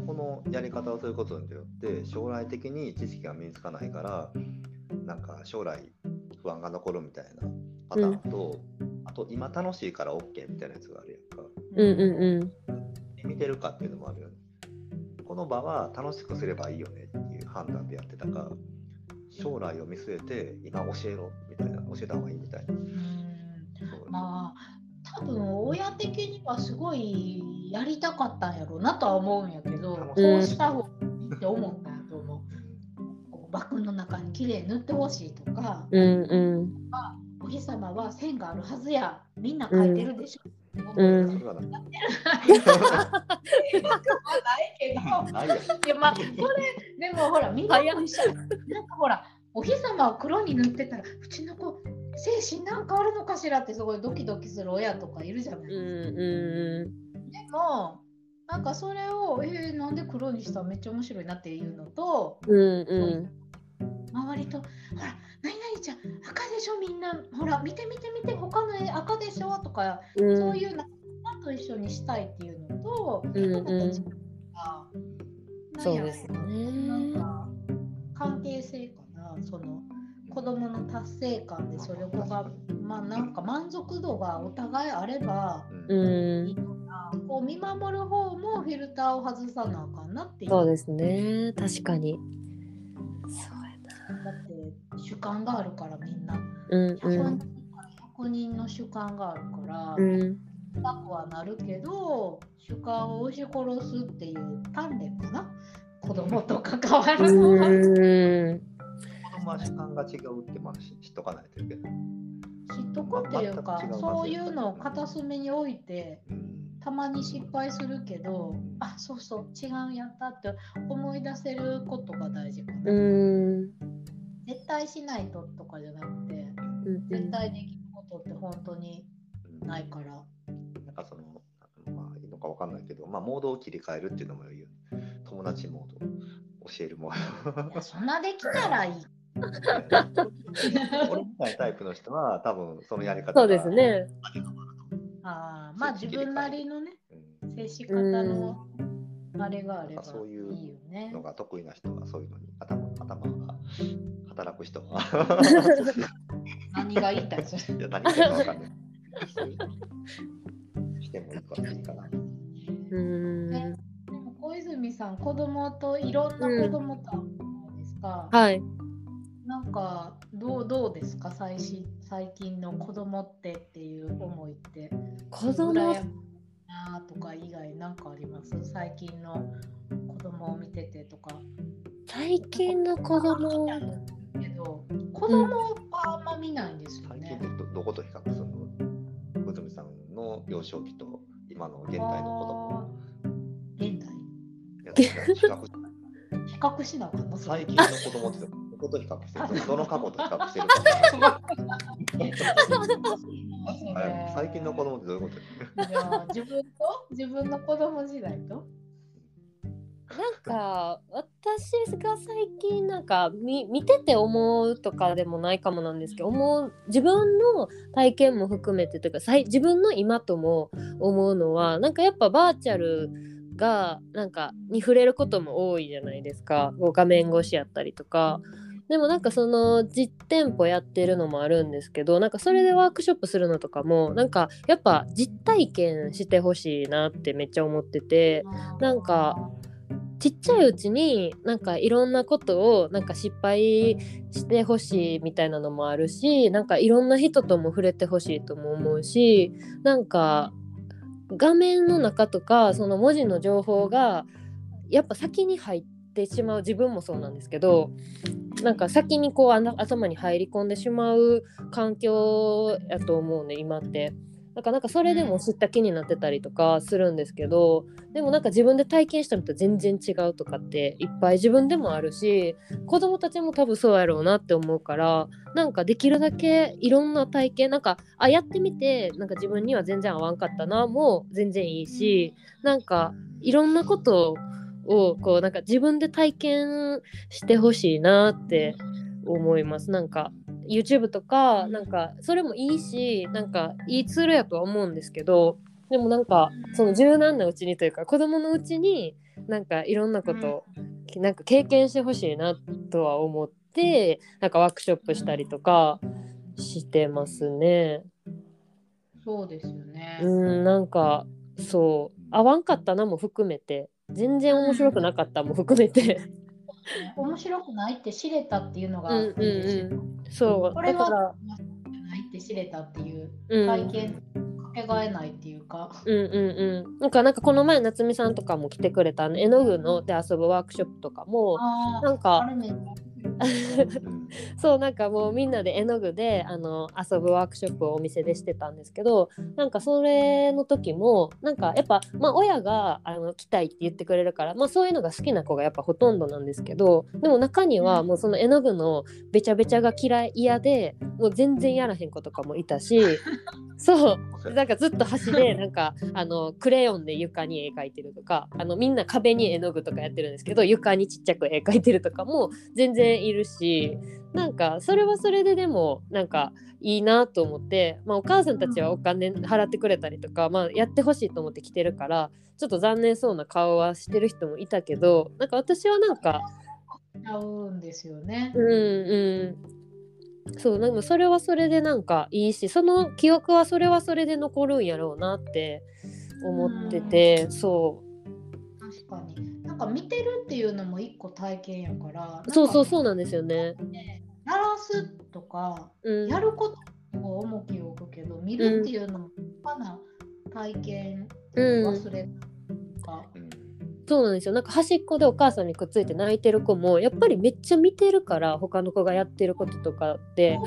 このやり方をすることによって将来的に知識が身につかないからなんか将来不安が残るみたいなパターンと、あと今楽しいから OK みたいなやつがあるやんか。見てるかっていうのもあるよね。この場は楽しくすればいいよねっていう判断でやってたか、将来を見据えて今教えろみたいな、教えた方がいいみたいな。 まあ多分親的にはすごいやりたかったんやろうなとは思うんやけど、こうした方がいいって思ったんやと思う。バッグの中にきれい塗ってほしいとか、お日様は線があるはずや、みんな書いてるでしょ。それはないけど、いやまあそれでもほらみんなも一緒なんかほらお日様を黒に塗ってたらうちの子精神なんかあるのかしらってすごいドキドキする親とかいるじゃないですか。でもなんかそれをなんで黒にしたらめっちゃ面白いなっていうのと、周りとほら何々ちゃん赤でしょみんなほら見て他の絵赤でしょとか、そういうのと一緒にしたいっていうのと、 そうですね。 なんか関係性かな、その子供の達成感でそれがまあなんか満足度がお互いあればいいかな。こう見守る方もフィルターを外さなあかんなっていう。 そうですね、確かに。 だって主観があるからみんな、100人の主観があるから、深くはなるけど主観を押し殺すっていう鍛錬かな、子供と関わるのは。 子供は主観が違うって知っとかないといけない。 知っとくっていうか、そういうのを片隅に置いて、たまに失敗するけど、そうそう違うやったって思い出せることが大事かな。絶対しないととかじゃなくて、絶対できることって本当にないから。 なんかそのいいのか分かんないけど、モードを切り替えるっていうのもいいよ。友達モード、教えるモード。 そんなできたらいい。 俺みたいなタイプの人は多分そのやり方がそうですね。 自分なりのね、接し方のあれがあればいいよね。 そういうのが得意な人はそういうのに頭が働く人は何が言いたいそれ。 いや何言ってるか分かんない。してもいいかな。 でも小泉さん、子供といろんな子供と会うじゃないですか。なんかどうですか、最近の子供っていう思いって。 子供なとか以外なんかあります？最近の子供を見ててとか。 最近の子供けど子供はあんま見ないんですよね。 最近どこと比較するの？小泉さんの幼少期と今の現代の子供。 現代？比較しなかった。 最近の子供ってどこと比較してる？どの過去と比較してるか。最近の子供ってどういうこと？ じゃあ自分の子供時代と？ なんか私が最近なんか見てて思うとかでもないかもなんですけど、自分の体験も含めてというか自分の今とも思うのは、なんかやっぱバーチャルがなんかに触れることも多いじゃないですか。画面越しやったりとか。でもなんかその実店舗やってるのもあるんですけど、なんかそれでワークショップするのとかもなんかやっぱ実体験してほしいなってめっちゃ思ってて、なんかちっちゃいうちになんかいろんなことをなんか失敗してほしいみたいなのもあるし、なんかいろんな人とも触れてほしいとも思うし、なんか画面の中とかその文字の情報がやっぱ先に入ってしまう、自分もそうなんですけど、なんか先にこう頭に入り込んでしまう環境やと思うね今って。なんかそれでも知った気になってたりとかするんですけど、でもなんか自分で体験したのと全然違うとかっていっぱい自分でもあるし、子供たちも多分そうやろうなって思うから、なんかできるだけいろんな体験、なんかやってみてなんか自分には全然合わんかったなも全然いいし、なんかいろんなことをこうなんか自分で体験してほしいなって思います。なんかYouTube とかなんかそれもいいし、なんかいいツールやとは思うんですけど、 でもなんかその柔軟なうちにというか子供のうちになんかいろんなことをなんか経験してほしいなとは思ってなんかワークショップしたりとかしてますね。 そうですよね。 なんかそう合わんかったなも含めて全然面白くなかったも含めて面白くないって知れたっていうのがいいですよ。 そうこれはだから面白くないって知れたっていううん体験かけがえないっていうか。 なんかこの前夏美さんとかも来てくれた絵の具ので遊ぶワークショップとかもなんかあれねそうなんかもうみんなで絵の具で遊ぶワークショップをお店でしてたんですけどなんかそれの時もなんかやっぱ、まあ、親が来たいって言ってくれるから、まあ、そういうのが好きな子がやっぱほとんどなんですけどでも中にはもうその絵の具のべちゃべちゃが嫌でもう全然やらへん子とかもいたしそうなんかずっと端でなんかクレヨンで床に絵描いてるとかみんな壁に絵の具とかやってるんですけど床にちっちゃく絵描いてるとかも全然いるしなんかそれはそれででもなんかいいなと思って、まあ、お母さんたちはお金払ってくれたりとか、まあ、やってほしいと思って来てるからちょっと残念そうな顔はしてる人もいたけどなんか私はなんか合うんですよね。 そうでもそれはそれでなんかいいしその記憶はそれはそれで残るんやろうなって思っててそう確かになんか見てるっていうのも一個体験やからそうなんですよね。 鳴らすとか、やることを重きを置くけど見るっていうのも立派な体験忘れとか、 そうなんですよなんか端っこでお母さんにくっついて泣いてる子もやっぱりめっちゃ見てるから他の子がやってることとかって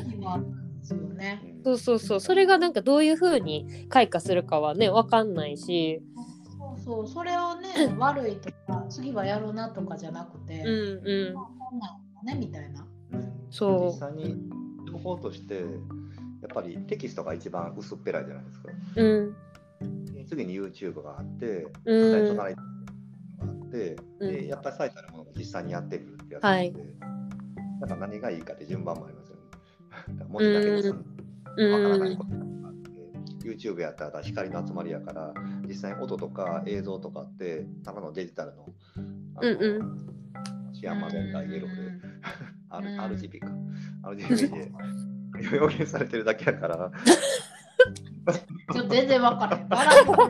そうそれがなんかどういう風に開花するかはね分かんないしそうそれをね悪いとか次はやるなとかじゃなくてこんなんねみたいなそう実際に情報としてやっぱりテキストが一番薄っぺらいじゃないですか、次に YouTube があって隣があってでやっぱり最たるものが実際にやってるってやつなので、なんか何がいいかって順番もありますよね文字だけですわからないことがあって YouTube やったら光の集まりやから実際に音とか映像とかってただのデジタルのシアンマゼンダイエローでRGB か RGB で表現されてるだけやからちょっと全然分からん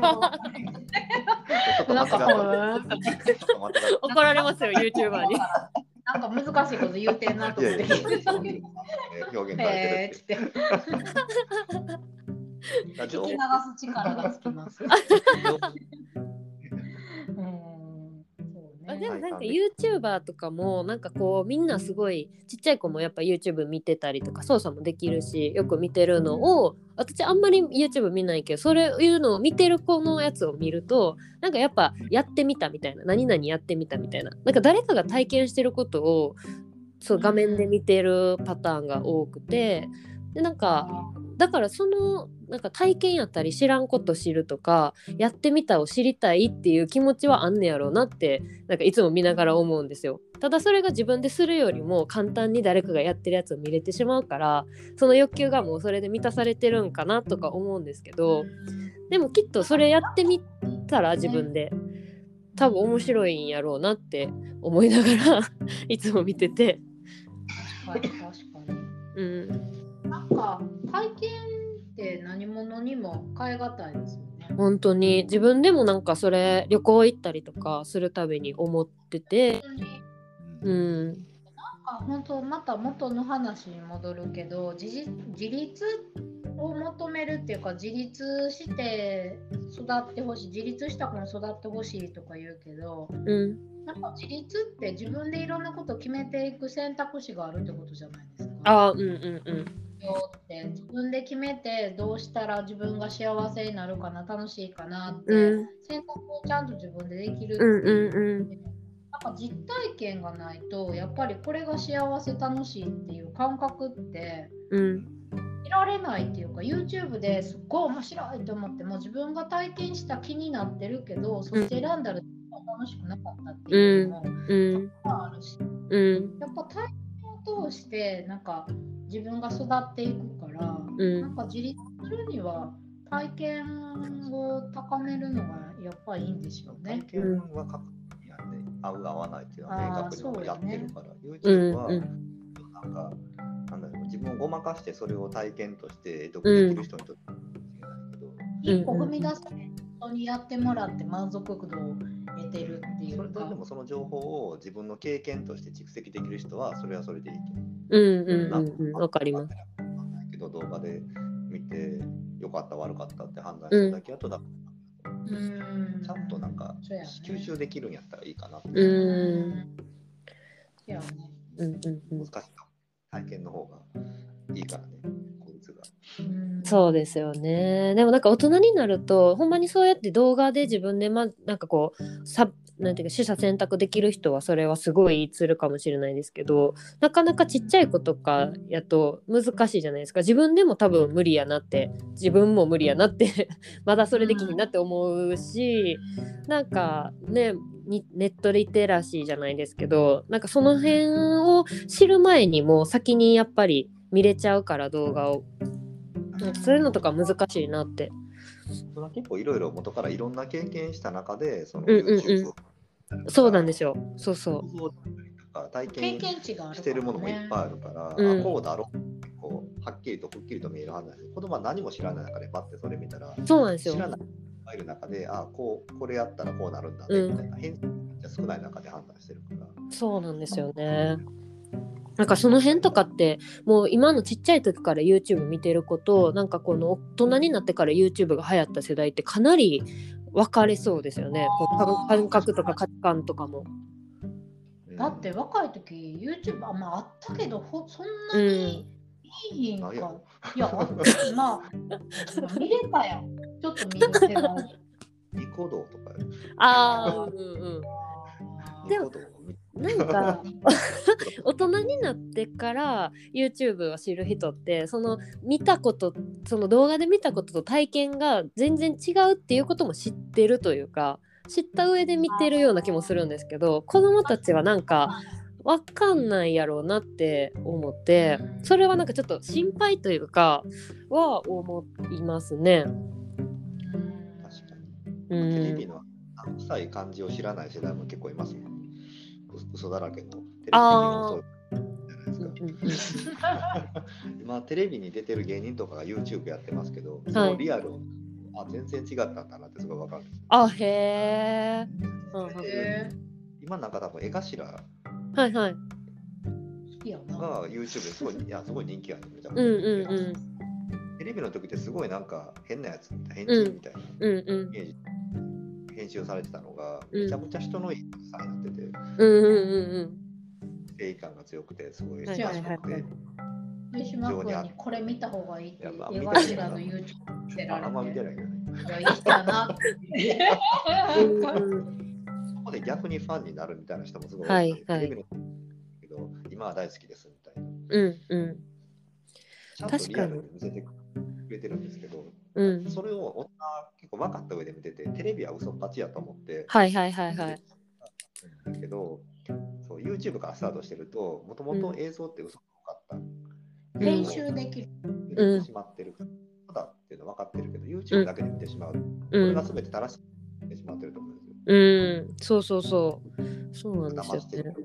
なんか怒られますよ YouTuber になんか難しいこと言うてんなと思って表現されてるって聞き流す力がつきますでもなんか YouTuber とかもなんかこうみんなすごいちっちゃい子もやっぱ YouTube 見てたりとか操作もできるしよく見てるのを私あんまり YouTube 見ないけどそれいうのを見てる子のやつを見るとなんかやっぱやってみたみたいな何々やってみたみたいななんか誰かが体験してることをそう画面で見てるパターンが多くてでなんかだからそのなんか体験やったり知らんこと知るとかやってみたを知りたいっていう気持ちはあんねやろうなってなんかいつも見ながら思うんですよ。ただそれが自分でするよりも簡単に誰かがやってるやつを見れてしまうからその欲求がもうそれで満たされてるんかなとか思うんですけどでもきっとそれやってみたら自分で多分面白いんやろうなって思いながらいつも見てて確かになんか体験って何者にも変え難いですよね。 本当に自分でもなんかそれ旅行行ったりとかするたびに思っててなんか本当また元の話に戻るけど自立を求めるっていうか自立して育ってほしい自立した子に育ってほしいとか言うけど、なんか自立って自分でいろんなことを決めていく選択肢があるってことじゃないですか。って自分で決めてどうしたら自分が幸せになるかな楽しいかなって、選択をちゃんと自分でできるっていう、なんか実体験がないとやっぱりこれが幸せ楽しいっていう感覚って得られないっていうか YouTube ですっごい面白いと思っても自分が体験した気になってるけどそして選んだら楽しくなかったっていうのもたくさんあるし、やっぱ体験を通してなんか自分が育っていくから、なんか自立するには体験を高めるのがやっぱりいいんでしょうね。 体験は確実に合う合わないっていうのは明確にもやってるから、 YouTube YouTube はなんか、なんだろう、自分をごまかしてそれを体験として得できる人にとっては一歩踏み出して人にやってもらって満足度を得てるっていうか、 それでもその情報を自分の経験として蓄積できる人はそれはそれでいいと思う。 わかります。 けど動画で見て良かった悪かったって判断しただけだとちゃんとなんか吸収できるんやったらいいかなって。難しいか体験の方がいいからね、効率が。 そうですよね。でもなんか大人になるとほんまにそうやって動画で自分でなんかこうなんていうか取捨選択できる人はそれはすごいツールかもしれないですけど、なかなかちっちゃい子とかやと難しいじゃないですか。自分でも多分無理やなって自分も無理やなってまだそれできひんなって思うし、なんかねネットリテラシーじゃないですけど、なんかその辺を知る前にも先にやっぱり見れちゃうから動画を、そういうのとか難しいなって。 それは結構いろいろ元からいろんな経験した中でその YouTube をそうなんですよ。そうそう。 体験してるものもいっぱいあるから、こうだろうってこうはっきりとくっきりと見えるはずなんです。子供は何も知らない中でバッてそれ見たら、 そうなんですよ。 知らない中でこれやったらこうなるんだねみたいな返事が少ない中で判断してるから。 そうなんですよね。なんかその辺とかってもう今のちっちゃい時から YouTube 見てる子となんかこの大人になってから YouTube が流行った世代ってかなり分かれそうですよね。感覚とか価値観とかも。 だって若い時 YouTube あったけどそんなにいいんか、いやまあ見れたやん。ちょっと見る世代。 ニコ動とか。 でもなんか大人になってから YouTube を知る人ってその見たことその動画で見たことと体験が全然違うっていうことも知ってるというか知った上で見てるような気もするんですけど、子供たちはなんか分かんないやろうなって思って、それはなんかちょっと心配というかは思いますね。 確かに。テレビの臭い感じを知らない世代も結構いますもん。嘘だらけのテレビ的にそうじゃないですか。今テレビに出てる芸人とかが YouTube やってますけど、そのリアルを全然違ったんだなってすごい分かるんです。 へー。今なんか多分絵頭が YouTube ですごいすごい人気あるめちゃくちゃ。テレビの時ってすごいなんか変なやつみたいな変人みたいなイメージ編集されてたのがめちゃくちゃ人のいいさになってて、正義感が強くてすごい賢くて。 上島君にこれ見た方がいいって絵頭の YouTube 見てられて。 あんま見てないけどね。 いい人やなって。 そこで逆にファンになるみたいな人もすごい多い。テレビのけど今は大好きですみたいな。ちゃんとリアルに見せてくれてるんですけど、それを大人結構分かった上で見てて、テレビは嘘っぱちやと思って。けど、そう YouTube からスタートしてると、もともと映像って嘘っぽかった。 編集できる。 見てしまってるだっていうの分かってるけど、YouTube だけで見てしまう。これが全て正しく見てしまってると思うんですよ。 そうなんですよね。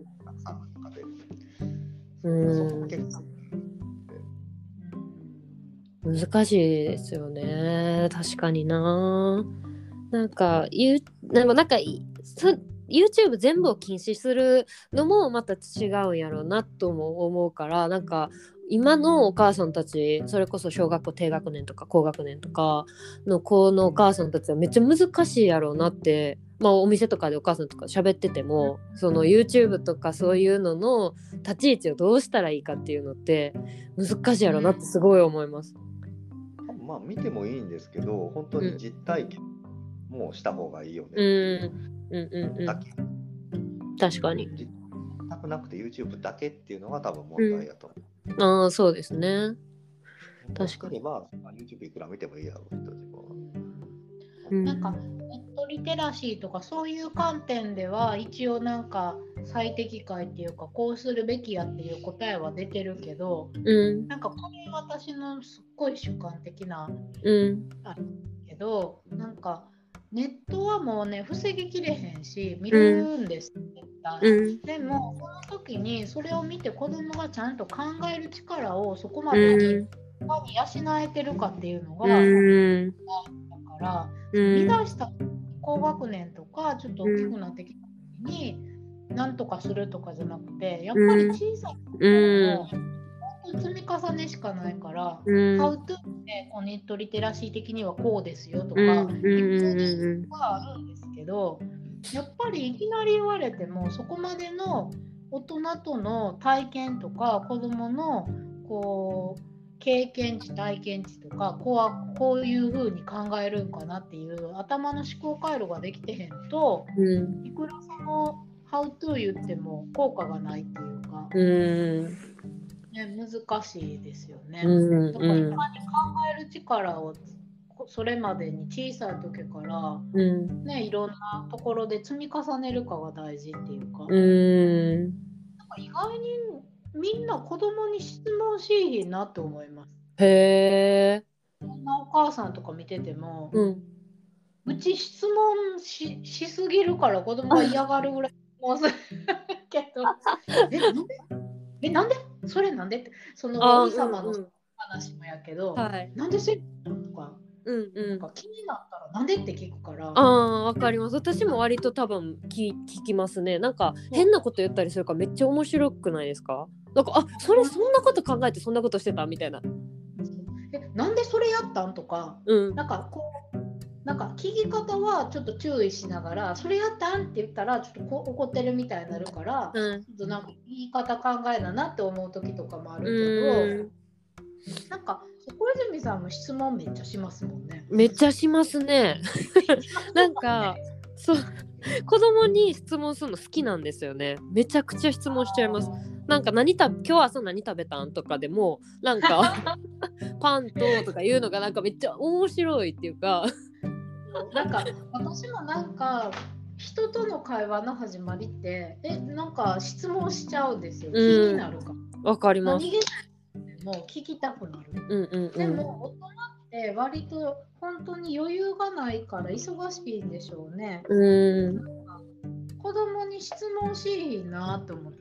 難しいですよね。確かにな。なんか YouTube 全部を禁止するのもまた違うんやろうなとも思うから、なんか今のお母さんたちそれこそ小学校低学年とか高学年とかの子のお母さんたちはめっちゃ難しいやろうなって、お店とかでお母さんとか喋っててもその YouTube とかそういうのの立ち位置をどうしたらいいかっていうのって難しいやろうなってすごい思います。 見てもいいんですけど本当に実体験もした方がいいよね。 確かに。 なくて YouTube だけっていうのが多分問題だと思う。そうですね。確かに。 YouTube いくら見てもいいやろうなんかネットリテラシーとかそういう観点では一応なんか最適解っていうかこうするべきやっていう答えは出てるけど、なんかこれ私のすっごい主観的なあるけど、なんかネットはもうね防ぎきれへんし見るんです、絶対。でもその時にそれを見て子供がちゃんと考える力をそこまでに養えてるかっていうのが、だから乱した高学年とかちょっと大きくなってきた時になんとかするとかじゃなくて、やっぱり小さい頃の積み重ねしかないから、How to でネットリテラシー的にはこうですよとか、はあるんですけど、やっぱりいきなり言われてもそこまでの大人との体験とか子どものこう経験値体験値とかこういう風に考えるんかなっていう頭の思考回路ができてへんと、いくらその How to 言っても効果がないっていうか、ね、難しいですよね。だからいかに考える力をそれまでに小さい時から、ね、いろんなところで積み重ねるかが大事っていうか、なんか意外にみんな子供に質問しいひんなと思います。 へー。 そんなお母さんとか見てても、うち質問 しすぎるから子供が嫌がるぐらい質問するけどなんでそれなんでってその王様の話もやけど、なんでせとか、なんか気になったらなんでって聞くから。 わかります。私も割と多分聞きますね。なんか変なこと言ったりするからめっちゃ面白くないですか？なんかそんなこと考えてそんなことしてたみたいな。 なんでそれやったんとか、なんか聞き方はちょっと注意しながら、それやったんって言ったらちょっと怒ってるみたいになるから、ちょっとなんか言い方考えななって思う時とかもあるけど、なんか小泉さんも質問めっちゃしますもんね。 めっちゃしますね。なんかそう子供に質問するの好きなんですよね。めちゃくちゃ質問しちゃいます。なんか今日朝何食べたんとかでもなんかパンとか言うのがなんかめっちゃ面白いっていうかなんか私もなんか人との会話の始まりってなんか質問しちゃうんですよ。気になるか。 わかります。 何気ないもう聞きたくなる。でも大人って割と本当に余裕がないから忙しいんでしょうね。子供に質問しいいなと思って。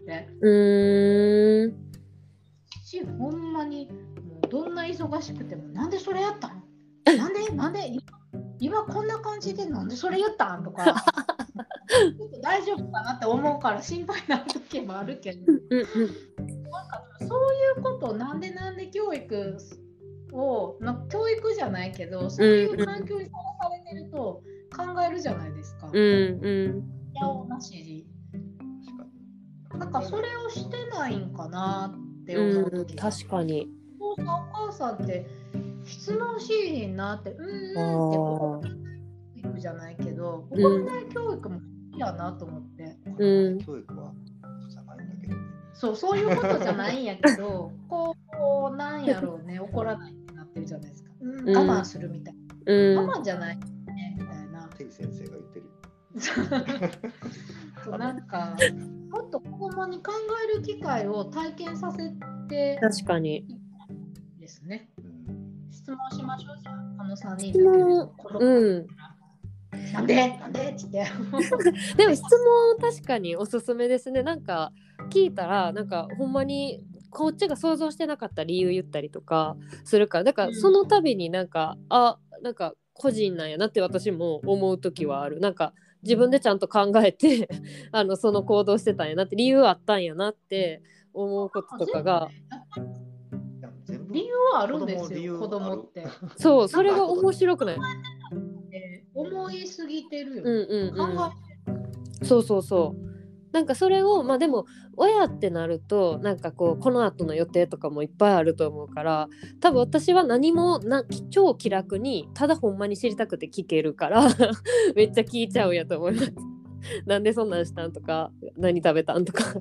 ほんまにもうどんな忙しくてもなんでそれやったん？なんで今こんな感じでなんでそれ言ったんとかちょっと大丈夫かなって思うから心配な時もあるけど、なんかそういうことなんで教育を教育じゃないけどそういう環境にさらされてると考えるじゃないですか。やおなしになんかそれをしてないんかなって思う時が、 確かにお父さんお母さんって質問しいひんなってって怒らない教育じゃないけど怒らない教育もいいやなと思って、 教育はじゃないんだけどね。 そういうことじゃないんやけどこうなんやろうね怒らないってなってるじゃないですか、我慢するみたいな、我慢じゃないねみたいなてぃ先生が言ってるそうなんかもっと子供に考える機会を体験させて確かにですね。質問しましょうじゃあの3人だけでもなんでってでも質問確かにおすすめですね。なんか聞いたらなんかほんまにこっちが想像してなかった理由言ったりとかするからだからその度になんかなんか個人なんやなって私も思う時はある。なんか自分でちゃんと考えてその行動してたんやなって理由あったんやなって思うこととかが理由はあるんですよ子供ってそうそれが面白くない思いすぎてるよ、 そうなんかそれをでも親ってなるとなんかこの後の予定とかもいっぱいあると思うから多分私は何も超気楽にただほんまに知りたくて聞けるからめっちゃ聞いちゃうんやと思いますなんでそんなんしたんとか何食べたんとか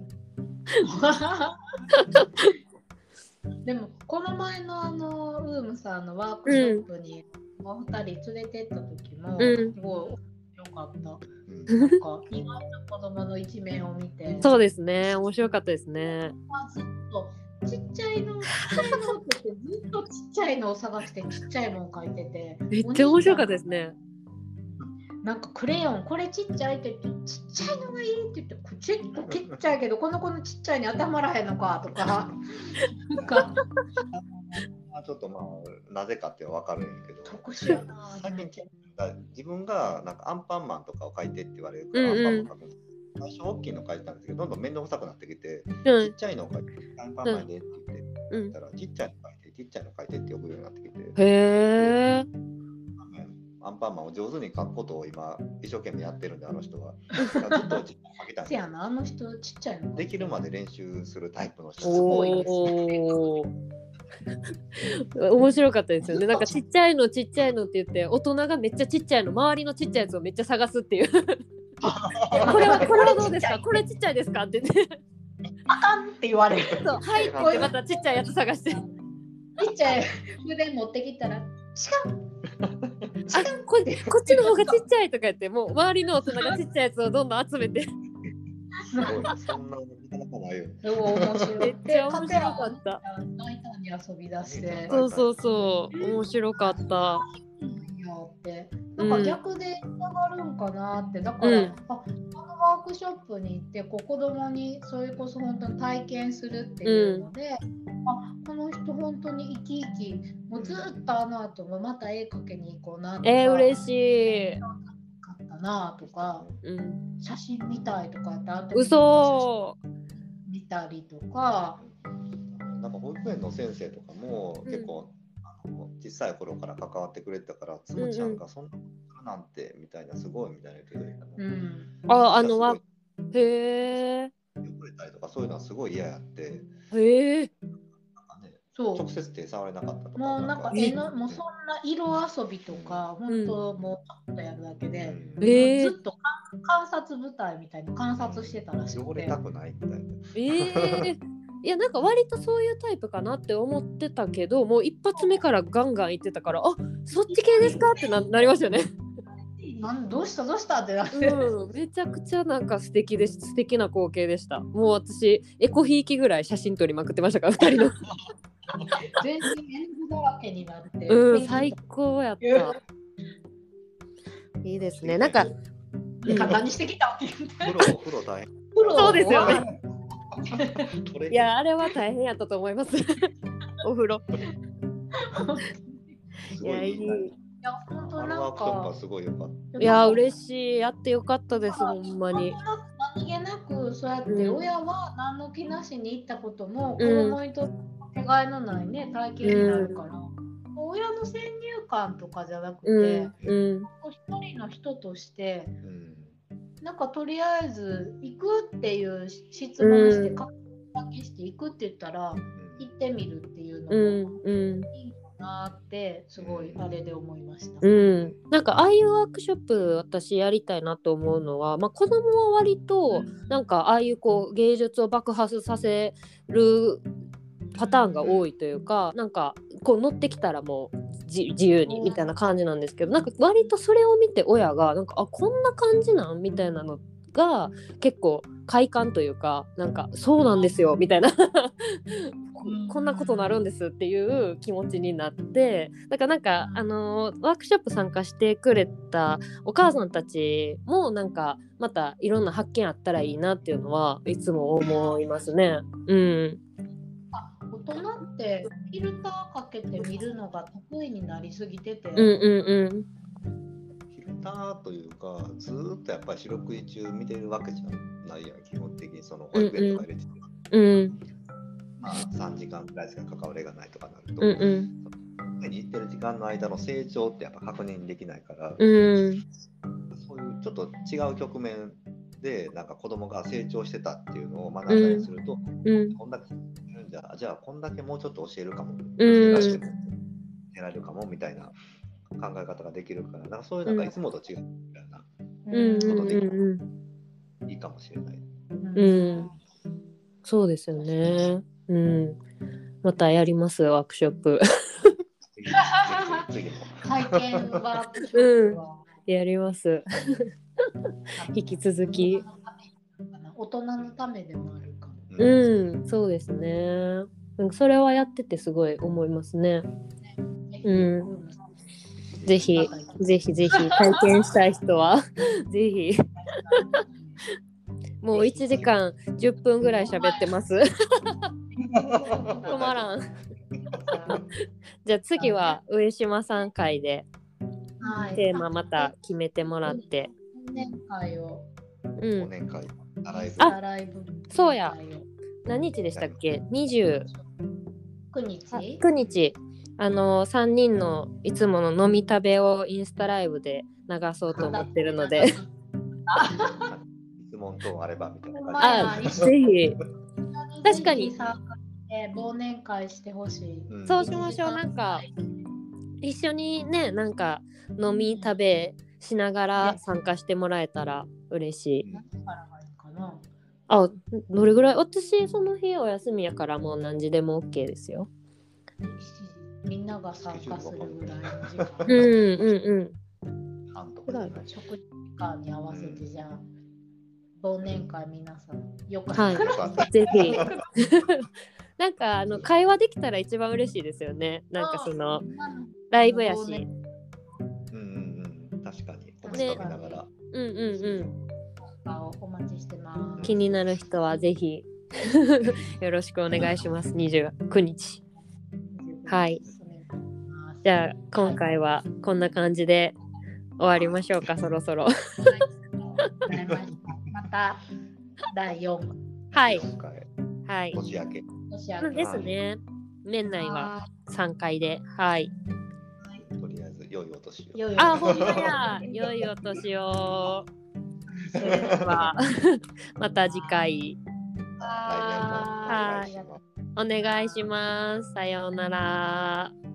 でもこの前のウームさんのワークショップにお二人連れてった時もすごい良かった。 なんか意外な子供の一面を見て。 そうですね、面白かったですね。 ずっとちっちゃいのって言ってずっとちっちゃいのを探してちっちゃいもん描いてて。 めっちゃ面白かったですね。 なんかクレヨンこれちっちゃいって言ってちっちゃいのがいいって言ってちっちゃいけどこの子のちっちゃいに頭らへんのかとかなんかちょっとまあなぜかって分かるんやけど特殊やな最近自分がなんかアンパンマンとかを描いてって言われるから、アンパンマン描くんです最初大きいの描いてたんですけどどんどん面倒くさくなってきて、ちっちゃいのを描いてアンパンマンでって言って、たらちっちゃいの描いてちっちゃいの描いてって呼ぶようになってきて、 へー、 アンパンマンを上手に描くことを今一生懸命やってるんで、あの人はずっとちっちゃいの描けたんですよ。 あの人ちっちゃいのできるまで練習するタイプの人。 すごいです面白かったですよね。なんかちっちゃいのって言って大人がめっちゃちっちゃいの周りのちっちゃいやつをめっちゃ探すっていうこれはどうですか、これちっちゃいですかって言ってあかんって言われる。 そう、はいって言ってまたちっちゃいやつ探してちっちゃい筆持ってきたら違うこっちの方がちっちゃいとか言ってもう周りの大人がちっちゃいやつをどんどん集めてそんななかなかないよ。 面白い。 めっちゃ面白かった。 大胆に遊び出して。 そう面白かった。 なんか逆でつながるんかなって、だから、あのワークショップに行って子供にそれこそ本当に体験するっていうので、この人本当に生き生きもうずっとあの後もまた絵描けに行こうなとか、 嬉しいかったなとか、写真見たいとかってあって嘘見たりとか、 なんか保育園の先生とかも結構、小さい頃から関わってくれてたからつむちゃんがそんなことするなんてみたいなすごいみたいな言ってたへえ汚れたりとかそういうのはすごい嫌やってへえそう直接手触れなかったとかもうなんか絵のもうそんな色遊びとか本当もうちょっとやるだけで、ずっと観察舞台みたいに観察してたらしくて汚れたくないみたいな。 いやなんか割とそういうタイプかなって思ってたけどもう一発目からガンガン言ってたからそっち系ですかって なりますよねどうしたってなって、 めちゃくちゃなんか素敵な光景でした。もう私エコひいきぐらい写真撮りまくってましたから2人の全身エンズだらけになって最高やったいいですね。なんか何してきたって言って風呂大変そうですよねいやあれは大変やったと思いますお風呂いやいい本当なんかすごいよかった。 いや嬉しい、やってよかったですほんまに。 何気なくそうやって親は何の気なしに行ったことも子供にとって手がいのないね体験になるから、親の先入観とかじゃなくて、一人の人として、なんかとりあえず行くっていう質問して確認して行くって言ったら、行ってみるっていうのもいいかなってすごいあれで思いました。 なんかああいうワークショップ私やりたいなと思うのは、子供は割となんかああいうこう芸術を爆発させるパターンが多いというか、なんかこう乗ってきたらもう自由にみたいな感じなんですけど、なんか割とそれを見て親がなんかこんな感じなんみたいなのが結構快感というか、なんかそうなんですよみたいなこんなことなるんですっていう気持ちになって、だからなんかワークショップ参加してくれたお母さんたちもなんかまたいろんな発見あったらいいなっていうのはいつも思いますね。 大人ってフィルターかけて見るのが得意になりすぎてて、 フィルターというかずっとやっぱり四六時中見てるわけじゃないやん。基本的にその保育園とか入れてて、3時間くらいしか関わりがないとかなると、そのに行ってる時間の間の成長ってやっぱ確認できないから、そういうちょっと違う局面でなんか子供が成長してたっていうのを学んだりすると、こんだけじゃあこんだけもうちょっと教えるかも、教えられるかもみたいな考え方ができるから、なんかそういうなんかいつもと違うみたいなことでいいかもしれない。 そうですよね。またやりますワークショップ。 体験ワークショップは、 やります。 引き続き。 大人のためでもあるかも。 うん、そうですね。それはやっててすごい思いますね。うん。ぜひぜひぜひ体験したい人はぜひ。もう1時間10分ぐらい喋ってます。止まらん。じゃあ次は上島さん会でテーマまた決めてもらって。 忘年会を。 忘年会。 洗い分。 そうや。何日でしたっけ？29日。9日。3人のいつもの飲み食べをインスタライブで流そうと思ってるので。 質問等あればみたいな感じ。ぜひ。確かに。 忘年会してほしい。 そうしましょう。なんか一緒にね、なんか飲み食べしながら参加してもらえたら嬉しい。あ、どれぐらい？私その日お休みやからもう何時でも OK ですよ。 みんなが参加するぐらいの時間。食時間に合わせてじゃあ忘年会皆さんよかったら、 はい、ぜひ。なんか会話できたら一番嬉しいですよね。なんかそのライブやし。 確かに。お酒飲みながら。 お待ちしてます。 気になる人はぜひよろしくお願いします。29日。はい。じゃあ今回はこんな感じで終わりましょうか。そろそろ。 また第4 回。 はい。年明け。 ですね。年内は3回で。はい。 とりあえず良いお年を。 あ、ほんまや。良いお年を。それではまた次回。 来年もお願いします。 お願いします。さようなら。